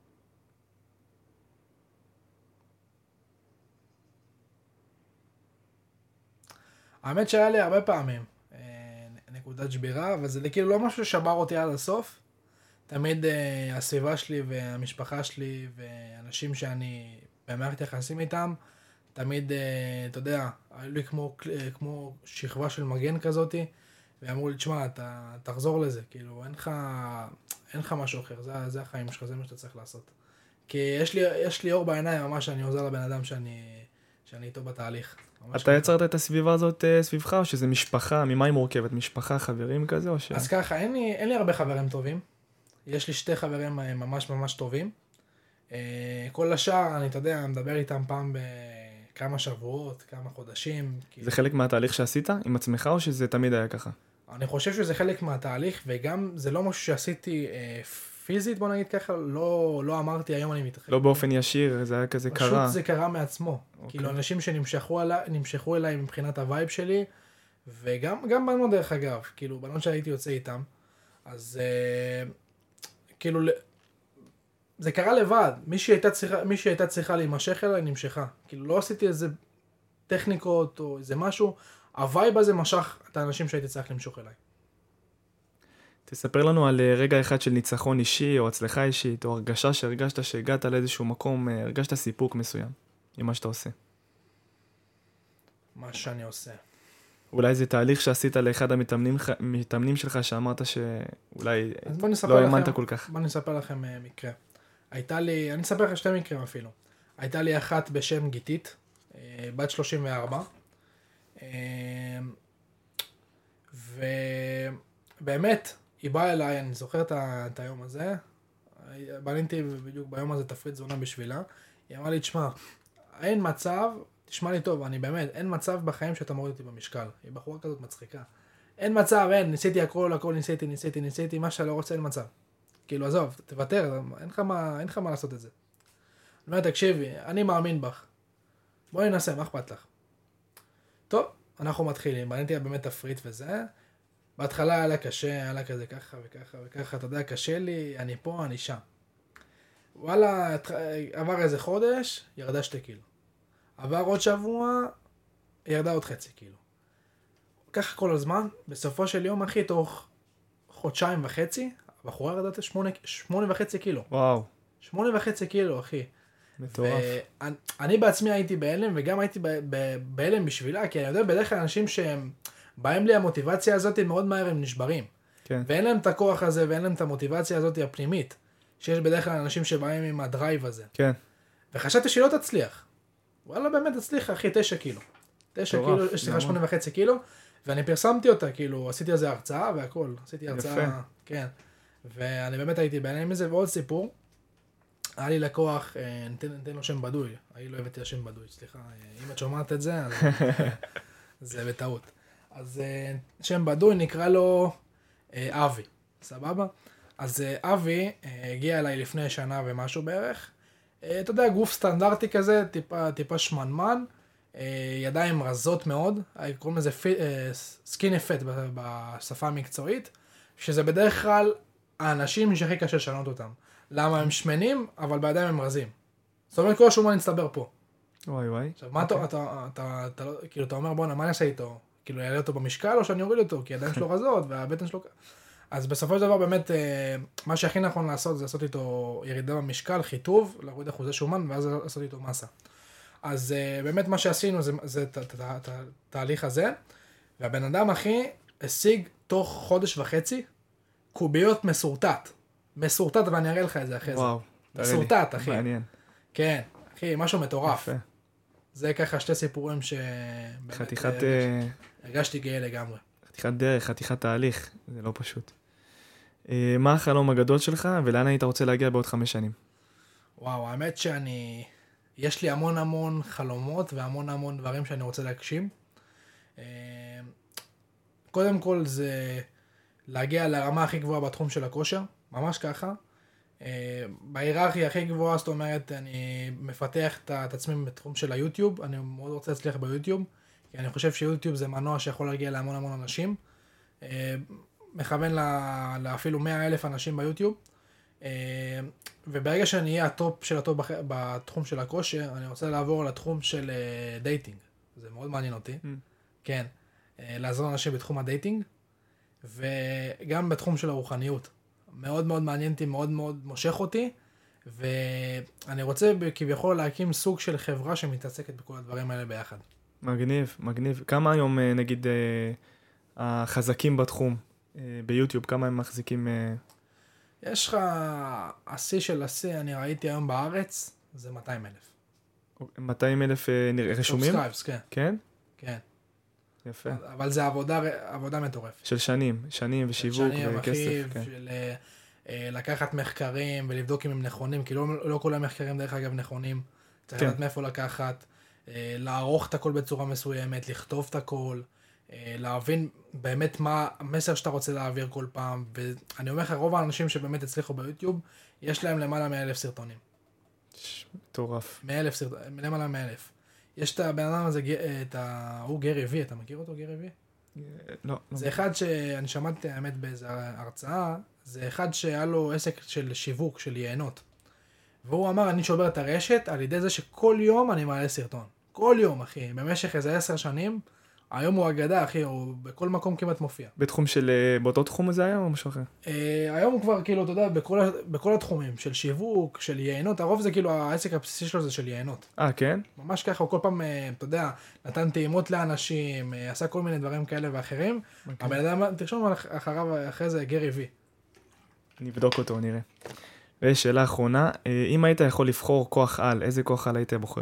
האמת שהיה לי הרבה פעמים uh, נקודת שבירה, אבל זה כאילו לא משהו ששבר אותי עד הסוף. תמיד uh, הסביבה שלי והמשפחה שלי ואנשים שאני במערכת יחסים איתם, תמיד, uh, אתה יודע, היו לי כמו, uh, כמו שכבה של מגן כזאת, ואמרו לי, תשמע, אתה תחזור לזה, כאילו, אין לך, אין לך משהו אחר, זה, זה החיים שלך, זה מה שאתה צריך לעשות. כי יש לי, יש לי אור בעיניים ממש שאני עוזר לבן אדם שאני, שאני איתו בתהליך. אתה יצרת את הסביבה הזאת סביבך, או שזה משפחה, ממה היא מורכבת? משפחה, חברים כזה, או ש... אז ככה, אין לי, אין לי הרבה חברים טובים. יש לי שתי חברים ממש ממש טובים. כל השאר, אני, אתה יודע, מדבר איתם פעם בכמה שבועות, כמה חודשים. זה חלק מהתהליך שעשית עם עצמך, או שזה תמיד היה ככה? אני חושב שזה חלק מהתהליך, וגם זה לא משהו שעשיתי פיזית, בוא נגיד ככה, לא, לא אמרתי היום אני מתרחק. לא באופן ישיר, זה היה כזה קרה. פשוט זה קרה מעצמו. כאילו, אנשים שנמשכו אליי, נמשכו אליי מבחינת הווייב שלי, וגם גם בנות דרך אגב, כאילו, בנות שהייתי יוצא איתם, אז... כאילו, זה קרה לבד. מי שהייתה צריכה, מי שהייתה צריכה להימשך אליי, נמשכה. כאילו, לא עשיתי איזה טכניקות או איזה משהו. הווייב הזה משך את האנשים שהייתי צריך למשוך אליי. תספר לנו על רגע אחד של ניצחון אישי, או הצלחה אישית, או הרגשה שהרגשת שהגעת לאיזשהו מקום, הרגשת סיפוק מסוים, עם מה שאתה עושה. מה שאני עושה. אולי זה תהליך שעשית לאחד המתאמנים שלך, שאמרת שאולי לא האמנת כל כך. בוא נספר לכם מקרה. הייתה לי, אני אספר לך שתי מקרים אפילו. הייתה לי אחת בשם גיתית, בת שלושים וארבע, ובאמת, היא באה אליי, אני זוכר את היום הזה, בניתי בדיוק ביום הזה תפריט תזונה בשבילה, היא אמרה לי, תשמע, אין מצב, תשמע לי טוב, אני באמת, אין מצב בחיים שאתה מוריד אותי במשקל. היא בחורה כזאת מצחיקה. אין מצב, אין, ניסיתי הכל, הכל ניסיתי, ניסיתי, ניסיתי, מה שאתה לא רוצה, אין מצב. כאילו, עזוב, תוותר, אין לך מה, אין לך מה לעשות את זה. אני אומר, תקשיבי, אני מאמין בך. בואי ננסה, מה אכפת לך? טוב, אנחנו מתחילים, בניתי באמת תפריט וזה. בהתחלה היה לה קשה, היה לה כזה ככה וככה וככה, אתה יודע, קשה לי, אני פה, אני שם. וואלה, עבר איזה חודש, ירדה שתי קילו. עבר עוד שבוע, ירדה עוד חצי קילו. ככה כל הזמן, בסופו של יום, אחי, תוך חודשיים וחצי, הבחורה ירדה שמונה, שמונה וחצי קילו. וואו. שמונה וחצי קילו, אחי. מטורף. ואני, אני בעצמי הייתי בהלם, וגם הייתי בהלם בשבילה, כי אני יודע, בדרך כלל אנשים שהם, בהם לי המוטיבציה הזאת, מאוד מהר הם נשברים. כן. ואין להם את הכוח הזה, ואין להם את המוטיבציה הזאת הפנימית, שיש בדרך כלל אנשים שבאים עם הדרייב הזה. כן. וחשבתי שלא תצליח. וואלה, באמת הצליחה, אחי, תשע קילו. תשע קילו, יש לך שמונה וחצי קילו, ואני פרסמתי אותה, כאילו, עשיתי על זה הרצאה והכל. עשיתי הרצאה, יפה. כן. ואני באמת הייתי בעניין מזה, ועוד סיפור. היה לי לקוח, אה, ניתן, ניתן לו שם בדוי, אני לא הבאתי לשם בדוי, סליחה, אה, אם את שומעת את זה, אז זה בטעות. אז אה, שם בדוי נקרא לו אה, אבי, סבבה? אז אה, אבי אה, הגיע אליי לפני שנה ומשהו בערך, אה, אתה יודע, גוף סטנדרטי כזה, טיפה, טיפה שמנמן, אה, ידיים רזות מאוד, קוראים לזה אה, סקין אפט בשפה המקצועית, שזה בדרך כלל האנשים שהכי קשה לשנות אותם. למה הם שמנים, אבל בידיים הם רזים. זאת אומרת, כל השומן נצטבר פה. וואי וואי. עכשיו, מה אתה, אתה, אתה, אתה, כאילו, אתה אומר, בוא, מה אני אעשה איתו? כאילו, יעלה אותו במשקל, או שאני אוריד אותו? כי הידיים שלו רזות, והבטן שלו... אז בסופו של דבר, באמת, מה שהכי נכון לעשות, זה לעשות איתו ירידה במשקל, חיטוב, להוריד אחוזי שומן, ואז לעשות איתו מסה. אז באמת, מה שעשינו, זה, זה את התהליך הזה, והבן אדם, אחי, השיג תוך חודש וחצי, קוביות מסורטט. מסורטט, ואני אראה לך את זה אחרי זה. וואו. מסורטט, אחי. מעניין. כן, אחי, משהו מטורף. יפה. זה ככה שתי סיפורים ש... חתיכת... הרגשתי גאה לגמרי. חתיכת דרך, חתיכת תהליך. זה לא פשוט. מה החלום הגדול שלך, ולאן היית רוצה להגיע בעוד חמש שנים? וואו, האמת שאני... יש לי המון המון חלומות, והמון המון דברים שאני רוצה להגשים. קודם כל זה... להגיע לרמה הכי גבוהה בתחום של הכושר, ממש ככה. בהיררכיה הכי גבוהה, זאת אומרת, אני מפתח את עצמי בתחום של היוטיוב, אני מאוד רוצה להצליח ביוטיוב, כי אני חושב שיוטיוב זה מנוע שיכול להגיע להמון המון אנשים. מכוון לאפילו מאה אלף אנשים ביוטיוב, וברגע שאני אהיה הטופ של הטופ בתחום של הכושר, אני רוצה לעבור לתחום של דייטינג. זה מאוד מעניין אותי. כן, לעזור לאנשים בתחום הדייטינג. וגם בתחום של הרוחניות. מאוד מאוד מעניין אותי, מאוד מאוד מושך אותי, ואני רוצה כביכול להקים סוג של חברה שמתעסקת בכל הדברים האלה ביחד. מגניב, מגניב. כמה היום, נגיד, החזקים בתחום ביוטיוב, כמה הם מחזיקים? יש לך, השיא של השיא, אני ראיתי היום בארץ, זה מאתיים אלף. מאתיים אלף רשומים? סאבסקרייבס, כן. כן? כן. יפה. אבל זה עבודה, עבודה מטורפת. של שנים, שנים ושיווק וכסף. כן. של לקחת מחקרים ולבדוק אם הם נכונים, כי לא, לא כל המחקרים דרך אגב נכונים. צריך לדעת מאיפה לקחת, לערוך את הכל בצורה מסוימת, לכתוב את הכל, להבין באמת מה המסר שאתה רוצה להעביר כל פעם. ואני אומר לך, רוב האנשים שבאמת הצליחו ביוטיוב, יש להם למעלה מאלף סרטונים. מטורף. מאלף סרטונים, למעלה מאלף. יש את הבן אדם הזה, את ה... הוא גרי וי, אתה מכיר אותו, גרי וי? לא. זה אחד שאני שמעתי, האמת, באיזו הרצאה, זה אחד שהיה לו עסק של שיווק, של יינות. והוא אמר, אני שובר את הרשת על ידי זה שכל יום אני מעלה סרטון. כל יום, אחי. במשך איזה עשר שנים, היום הוא אגדה, אחי, הוא בכל מקום כמעט מופיע. בתחום של... באותו תחום הזה היה או משהו אחר? היום הוא כבר, כאילו, אתה יודע, בכל, בכל התחומים, של שיווק, של יינות, הרוב זה כאילו, העסק הבסיסי שלו זה של יינות. אה, כן? ממש ככה, הוא כל פעם, אתה יודע, נתן טעימות לאנשים, עשה כל מיני דברים כאלה ואחרים. הבן אדם, תרשום אחריו, אחרי זה, גרי וי. נבדוק אותו, נראה. ושאלה אחרונה, אם היית יכול לבחור כוח על, איזה כוח על היית בוחר?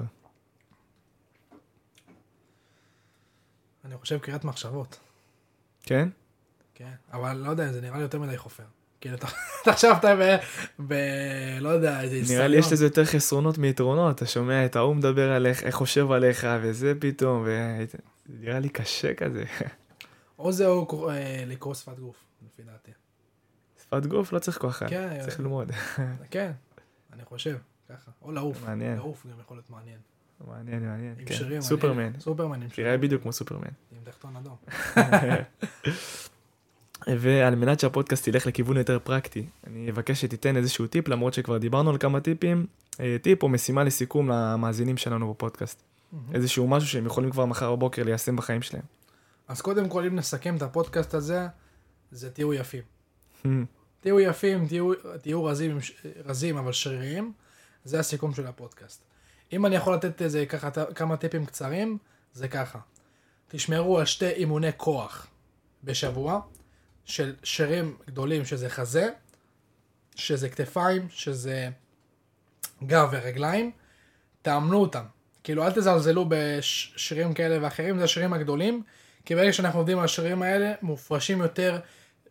אני חושב קריאת מחשבות. כן? כן, אבל לא יודע, זה נראה לי יותר מדי חופר. כאילו, תחשב אתה ב... ב... לא יודע, איזה אינסטריון. נראה לי יש לזה יותר חסרונות מיתרונות, אתה שומע את ההוא מדבר עליך, איך חושב עליך, וזה פתאום, וזה נראה לי קשה כזה. או זה או לקרוא שפת גוף, לפי דעתי. שפת גוף לא צריך כוח על, צריך ללמוד. כן, אני חושב, ככה. או לעוף. מעניין. לעוף גם יכול להיות מעניין. מעניין, מעניין. עם שירים. סופרמן. סופרמן עם שירים. תראה בדיוק כמו סופרמן. עם תחתון אדום. ועל מנת שהפודקאסט ילך לכיוון יותר פרקטי, אני אבקש שתיתן איזשהו טיפ, למרות שכבר דיברנו על כמה טיפים, טיפ או משימה לסיכום למאזינים שלנו בפודקאסט. איזשהו משהו שהם יכולים כבר מחר בבוקר ליישם בחיים שלהם. אז קודם כל, אם נסכם את הפודקאסט הזה, זה תהיו יפים. תהיו יפים, תהיו רזים, רזים אבל שריריים, זה הסיכום של הפודקאסט. אם אני יכול לתת איזה ככה, כמה טיפים קצרים, זה ככה. תשמרו על שתי אימוני כוח בשבוע, של שרירים גדולים, שזה חזה, שזה כתפיים, שזה גב ורגליים, תאמנו אותם. כאילו, אל תזלזלו בשרירים כאלה ואחרים, זה השרירים הגדולים, כי ברגע שאנחנו עובדים על השרירים האלה, מופרשים יותר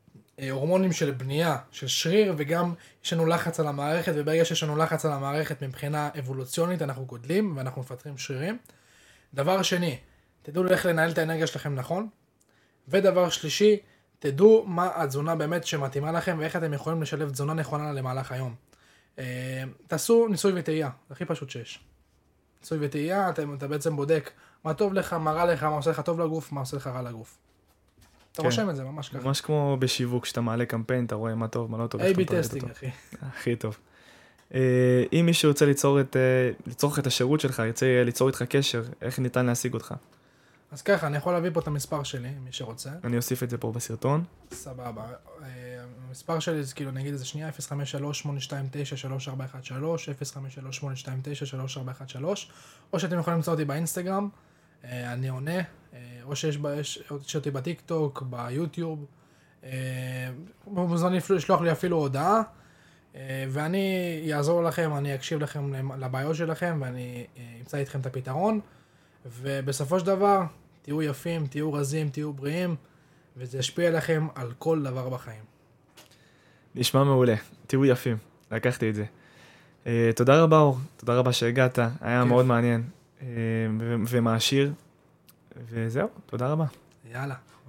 הורמונים של בנייה, של שריר, וגם יש לנו לחץ על המערכת, וברגע שיש לנו לחץ על המערכת מבחינה אבולוציונית, אנחנו גודלים ואנחנו מפתחים שרירים. דבר שני, תדעו איך לנהל את האנרגיה שלכם נכון, ודבר שלישי, תדעו מה התזונה באמת שמתאימה לכם, ואיך אתם יכולים לשלב תזונה נכונה למהלך היום. תעשו ניסוי וטעייה, זה הכי פשוט שיש. ניסוי וטעייה, אתה, אתה בעצם בודק מה טוב לך, מה רע לך, מה עושה לך טוב לגוף, מה עושה לך רע לגוף. אתה רושם את זה, ממש ככה. ממש כמו בשיווק, שאתה מעלה קמפיין, אתה רואה מה טוב, מה לא טוב. איי בי טסטינג, אחי. הכי טוב. אם מישהו ירצה ליצור את, ליצור את השירות שלך, ירצה ליצור איתך קשר, איך ניתן להשיג אותך? אז ככה, אני יכול להביא פה את המספר שלי, מי שרוצה. אני אוסיף את זה פה בסרטון. סבבה. המספר שלי, זה כאילו, נגיד את זה שנייה, אפס חמש שלוש שמונה שתיים תשע שלוש ארבע אחת שלוש, אפס חמש שלוש שמונה שתיים תשע שלוש ארבע אחת שלוש, או שאתם יכולים למצוא אותי באינסטגרם, אני עונה, או שיש אותי בטיק טוק, ביוטיוב, מוזמנים לשלוח לי אפילו הודעה, ואני אעזור לכם, אני אקשיב לכם לבעיות שלכם, ואני אמצא איתכם את הפתרון, ובסופו של דבר, תהיו יפים, תהיו רזים, תהיו בריאים, וזה ישפיע לכם על כל דבר בחיים. נשמע מעולה, תהיו יפים, לקחתי את זה. Uh, תודה רבה אור, תודה רבה שהגעת, היה כיף. מאוד מעניין uh, ומעשיר, וזהו, תודה רבה. יאללה.